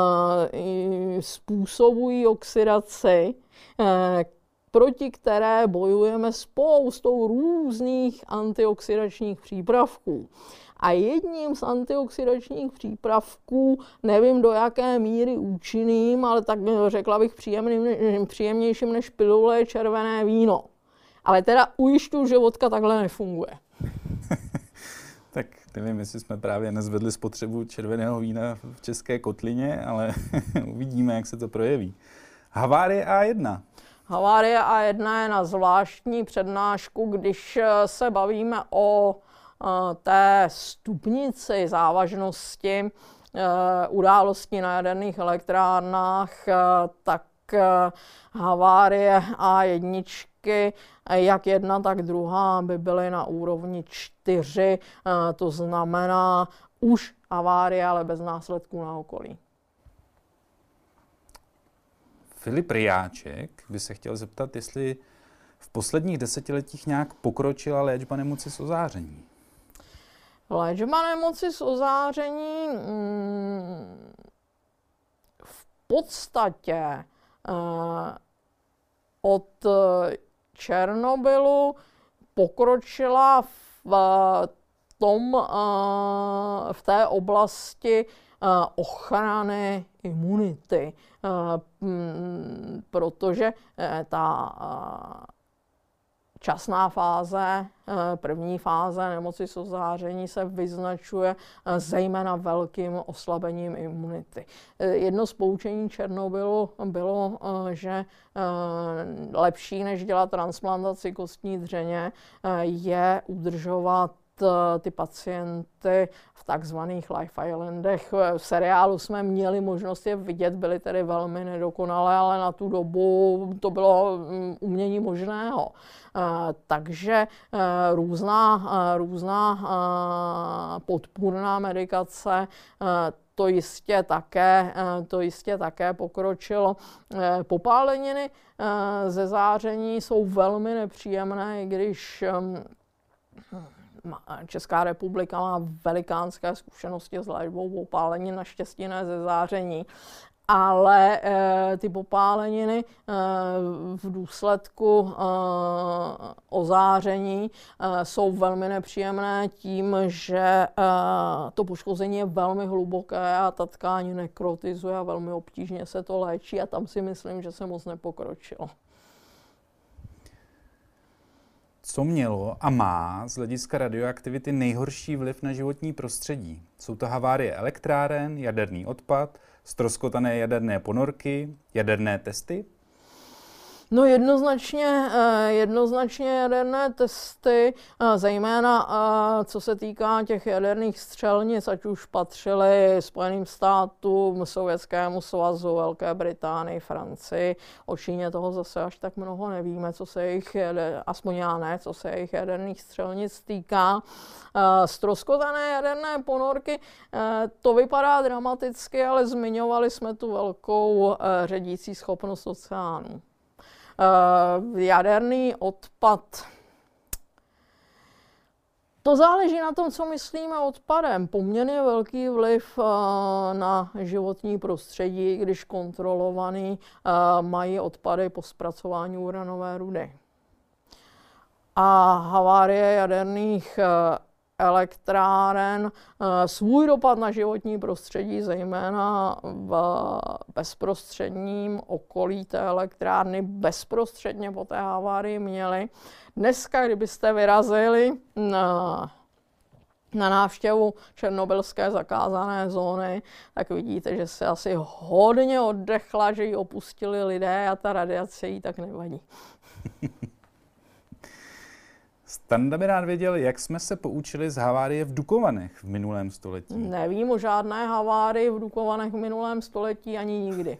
způsobují oxidaci, proti které bojujeme spoustou různých antioxidačních přípravků. A jedním z antioxidačních přípravků, nevím do jaké míry účinným, ale tak řekla bych příjemnějším než pilule, je červené víno. Ale teda ujišťuji, že vodka takhle nefunguje. Tak nevím, jestli jsme právě nezvedli spotřebu červeného vína v české kotlině, ale uvidíme, jak se to projeví. Havárie A1. Havárie A1 je na zvláštní přednášku, když se bavíme o té stupnici závažnosti událostí na jaderných elektrárnách, tak havárie A1, jak jedna, tak druhá, by byly na úrovni 4, to znamená už havárie, ale bez následků na okolí. Filip Ryáček by se chtěl zeptat, jestli v posledních desetiletích nějak pokročila léčba nemoci z ozáření. Léčba nemoci z ozáření v podstatě od Černobylu pokročila v v té oblasti ochrany imunity, protože ta časná fáze, první fáze nemoci z ozáření se vyznačuje zejména velkým oslabením imunity. Jedno z poučení Černobylu bylo, že lepší než dělat transplantaci kostní dřeně je udržovat ty pacienty v takzvaných Life Islandech. V seriálu jsme měli možnost je vidět, byly tedy velmi nedokonalé, ale na tu dobu to bylo umění možného. Takže různá podpůrná medikace, to jistě také pokročilo. Popáleniny ze záření jsou velmi nepříjemné, i když Česká republika má velikánské zkušenosti s léčbou popálenin, naštěstí ne ze záření. Ale ty popáleniny v důsledku ozáření jsou velmi nepříjemné tím, že to poškození je velmi hluboké a ta tkáň nekrotizuje a velmi obtížně se to léčí a tam si myslím, že se moc nepokročilo. Co mělo a má z hlediska radioaktivity nejhorší vliv na životní prostředí? Jsou to havárie elektráren, jaderný odpad, ztroskotané jaderné ponorky, jaderné testy? No jednoznačně jaderné testy, zejména co se týká těch jaderných střelnic, ať už patřily Spojeným státům, Sovětskému svazu, Velké Británii, Francii. O Číně toho zase až tak mnoho nevíme, co se jejich, aspoň já ne, co se jejich jaderných střelnic týká. Ztroskotané jaderné ponorky, to vypadá dramaticky, ale zmiňovali jsme tu velkou ředící schopnost oceánů. Jaderný odpad. To záleží na tom, co myslíme odpadem. Poměrně velký vliv na životní prostředí, když kontrolovaný mají odpady po zpracování uranové rudy. A havárie jaderných elektráren svůj dopad na životní prostředí, zejména v bezprostředním okolí té elektrárny, bezprostředně po té havárii měly. Dneska, kdybyste vyrazili na návštěvu černobylské zakázané zóny, tak vidíte, že se asi hodně oddechla, že ji opustili lidé a ta radiace jí tak nevadí. Standa by rád věděl, jak jsme se poučili z havárie v Dukovanech v minulém století. Nevím o žádné havárii v Dukovanech v minulém století ani nikdy.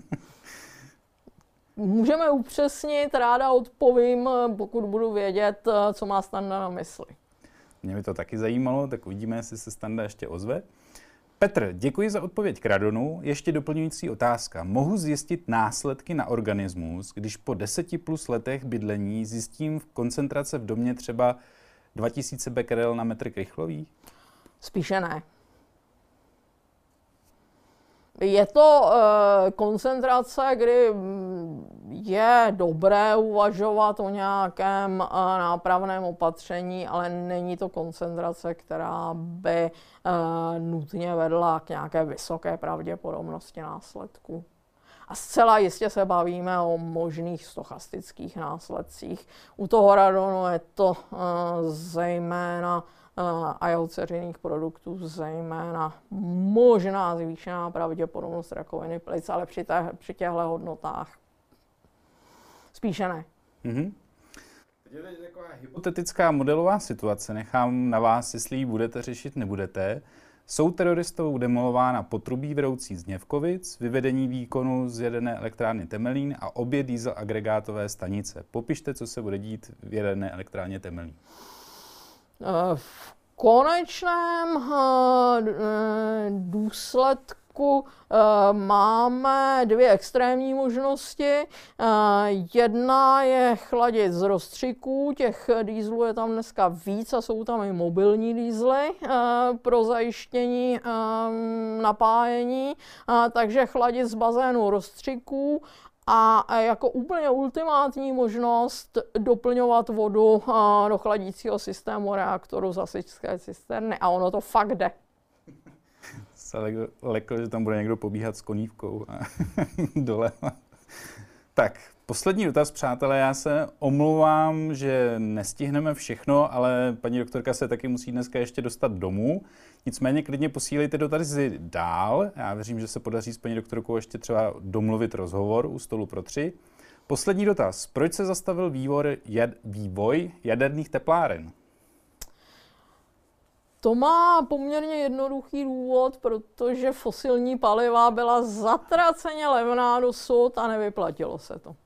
Můžeme upřesnit, ráda odpovím, pokud budu vědět, co má Standa na mysli. Mě by to taky zajímalo, tak uvidíme, jestli se Standa ještě ozve. Petr, děkuji za odpověď k radonu. Ještě doplňující otázka. Mohu zjistit následky na organismus, když po 10+ letech bydlení zjistím koncentrace v domě třeba 2000 becquerel na metr krychlový? Spíše ne. Je to koncentrace, kdy je dobré uvažovat o nějakém nápravném opatření, ale není to koncentrace, která by nutně vedla k nějaké vysoké pravděpodobnosti následků. A zcela jistě se bavíme o možných stochastických následcích. U toho radonu je to zejména a jeho dceřinných produktů, zejména možná zvýšená pravděpodobnost rakoviny plic, ale při těchto hodnotách spíše ne. Mm-hmm. Teď je taková hypotetická modelová situace, nechám na vás, jestli ji budete řešit, nebudete. Jsou teroristou demolována potrubí vedoucí z Něvkovic, vyvedení výkonu z jaderné elektrárny Temelín a obě diesel agregátové stanice. Popište, co se bude dít v jaderné elektrárně Temelín. V konečném důsledku máme dvě extrémní možnosti. Jedna je chladit z rozstřiků, těch dieselů je tam dneska víc a jsou tam i mobilní diesely pro zajištění napájení, takže chladit z bazénu rozstřiků A jako úplně ultimátní možnost doplňovat vodu do chladícího systému reaktoru z hasičské cisterny. A ono to fakt jde. Se lekl, že tam bude někdo pobíhat s konívkou a dole. Tak, poslední dotaz, přátelé. Já se omlouvám, že nestihneme všechno, ale paní doktorka se taky musí dneska ještě dostat domů. Nicméně klidně posílejte dotazy dál. Já věřím, že se podaří s paní doktorkou ještě třeba domluvit rozhovor u stolu pro 3. Poslední dotaz. Proč se zastavil vývoj jaderných tepláren? To má poměrně jednoduchý důvod, protože fosilní paliva byla zatraceně levná dosud a nevyplatilo se to.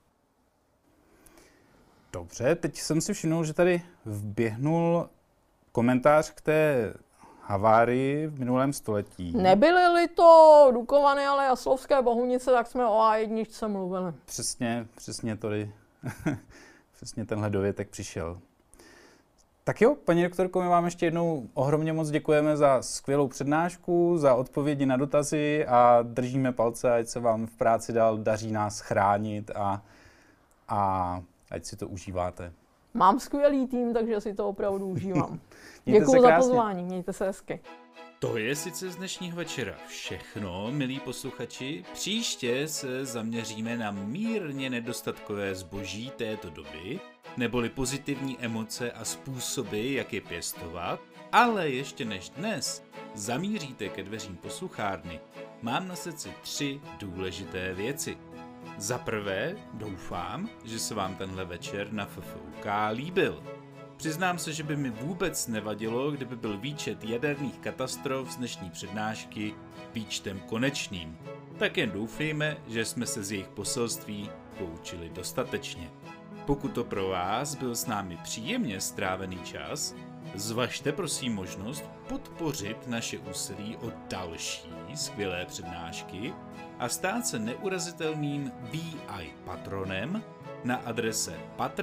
Dobře, teď jsem si všiml, že tady vběhnul komentář k té havárii v minulém století. Nebyly-li to Dukovany, ale Jaslovské Bohunice, tak jsme o A1 mluvili. Přesně tady, přesně tenhle dovětek přišel. Tak jo, paní doktorko, my vám ještě jednou ohromně moc děkujeme za skvělou přednášku, za odpovědi na dotazy a držíme palce, ať se vám v práci dál daří nás chránit a ať si to užíváte. Mám skvělý tým, takže si to opravdu užívám. Děkuji za pozvání, mějte se hezky. To je sice z dnešního večera všechno, milí posluchači. Příště se zaměříme na mírně nedostatkové zboží této doby, neboli pozitivní emoce a způsoby, jak je pěstovat. Ale ještě než dnes zamíříte ke dveřím posluchárny, mám na srdci 3 důležité věci. Za prvé, doufám, že se vám tenhle večer na FFUK líbil. Přiznám se, že by mi vůbec nevadilo, kdyby byl výčet jaderných katastrof z dnešní přednášky výčtem konečným. Tak jen doufejme, že jsme se z jejich poselství poučili dostatečně. Pokud to pro vás byl s námi příjemně strávený čas, zvažte prosím možnost podpořit naše úsilí o další skvělé přednášky a stát se neurazitelným VI patronem na adrese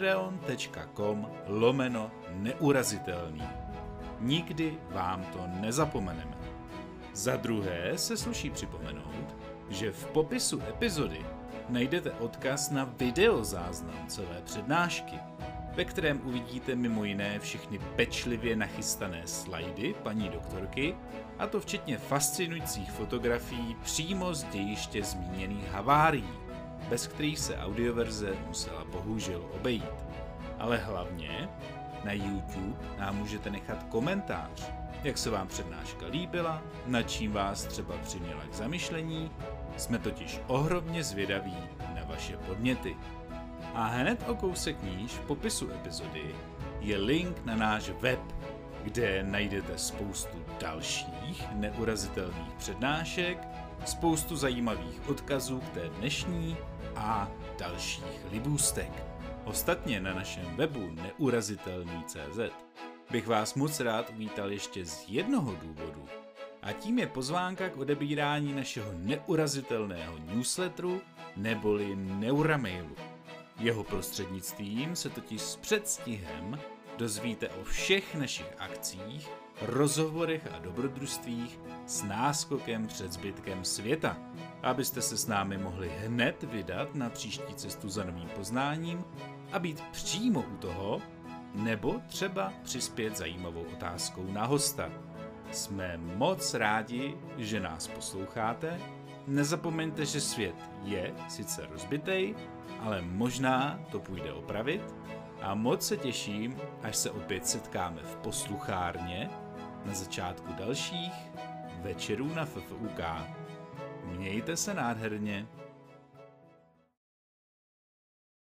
patreon.com/neurazitelný. Nikdy vám to nezapomeneme. Za druhé se sluší připomenout, že v popisu epizody najdete odkaz na videozáznam celé přednášky, ve kterém uvidíte mimo jiné všechny pečlivě nachystané slajdy paní doktorky, a to včetně fascinujících fotografií přímo z dějiště zmíněných havárií, bez kterých se audioverze musela bohužel obejít. Ale hlavně na YouTube nám můžete nechat komentář, jak se vám přednáška líbila, nad čím vás třeba přiměla k zamyšlení. Jsme totiž ohromně zvědaví na vaše podněty. A hned o kousek níž v popisu epizody je link na náš web, kde najdete spoustu dalších neurazitelných přednášek, spoustu zajímavých odkazů k té dnešní a dalších libůstek. Ostatně na našem webu neurazitelný.cz bych vás moc rád uvítal ještě z jednoho důvodu, a tím je pozvánka k odebírání našeho neurazitelného newsletteru neboli Neuramailu. Jeho prostřednictvím se totiž s předstihem dozvíte o všech našich akcích, rozhovorech a dobrodružstvích s náskokem před zbytkem světa, abyste se s námi mohli hned vydat na příští cestu za novým poznáním a být přímo u toho, nebo třeba přispět zajímavou otázkou na hosta. Jsme moc rádi, že nás posloucháte. Nezapomeňte, že svět je sice rozbitej, ale možná to půjde opravit. A moc se těším, až se opět setkáme v posluchárně na začátku dalších večerů na FFUK. Mějte se nádherně.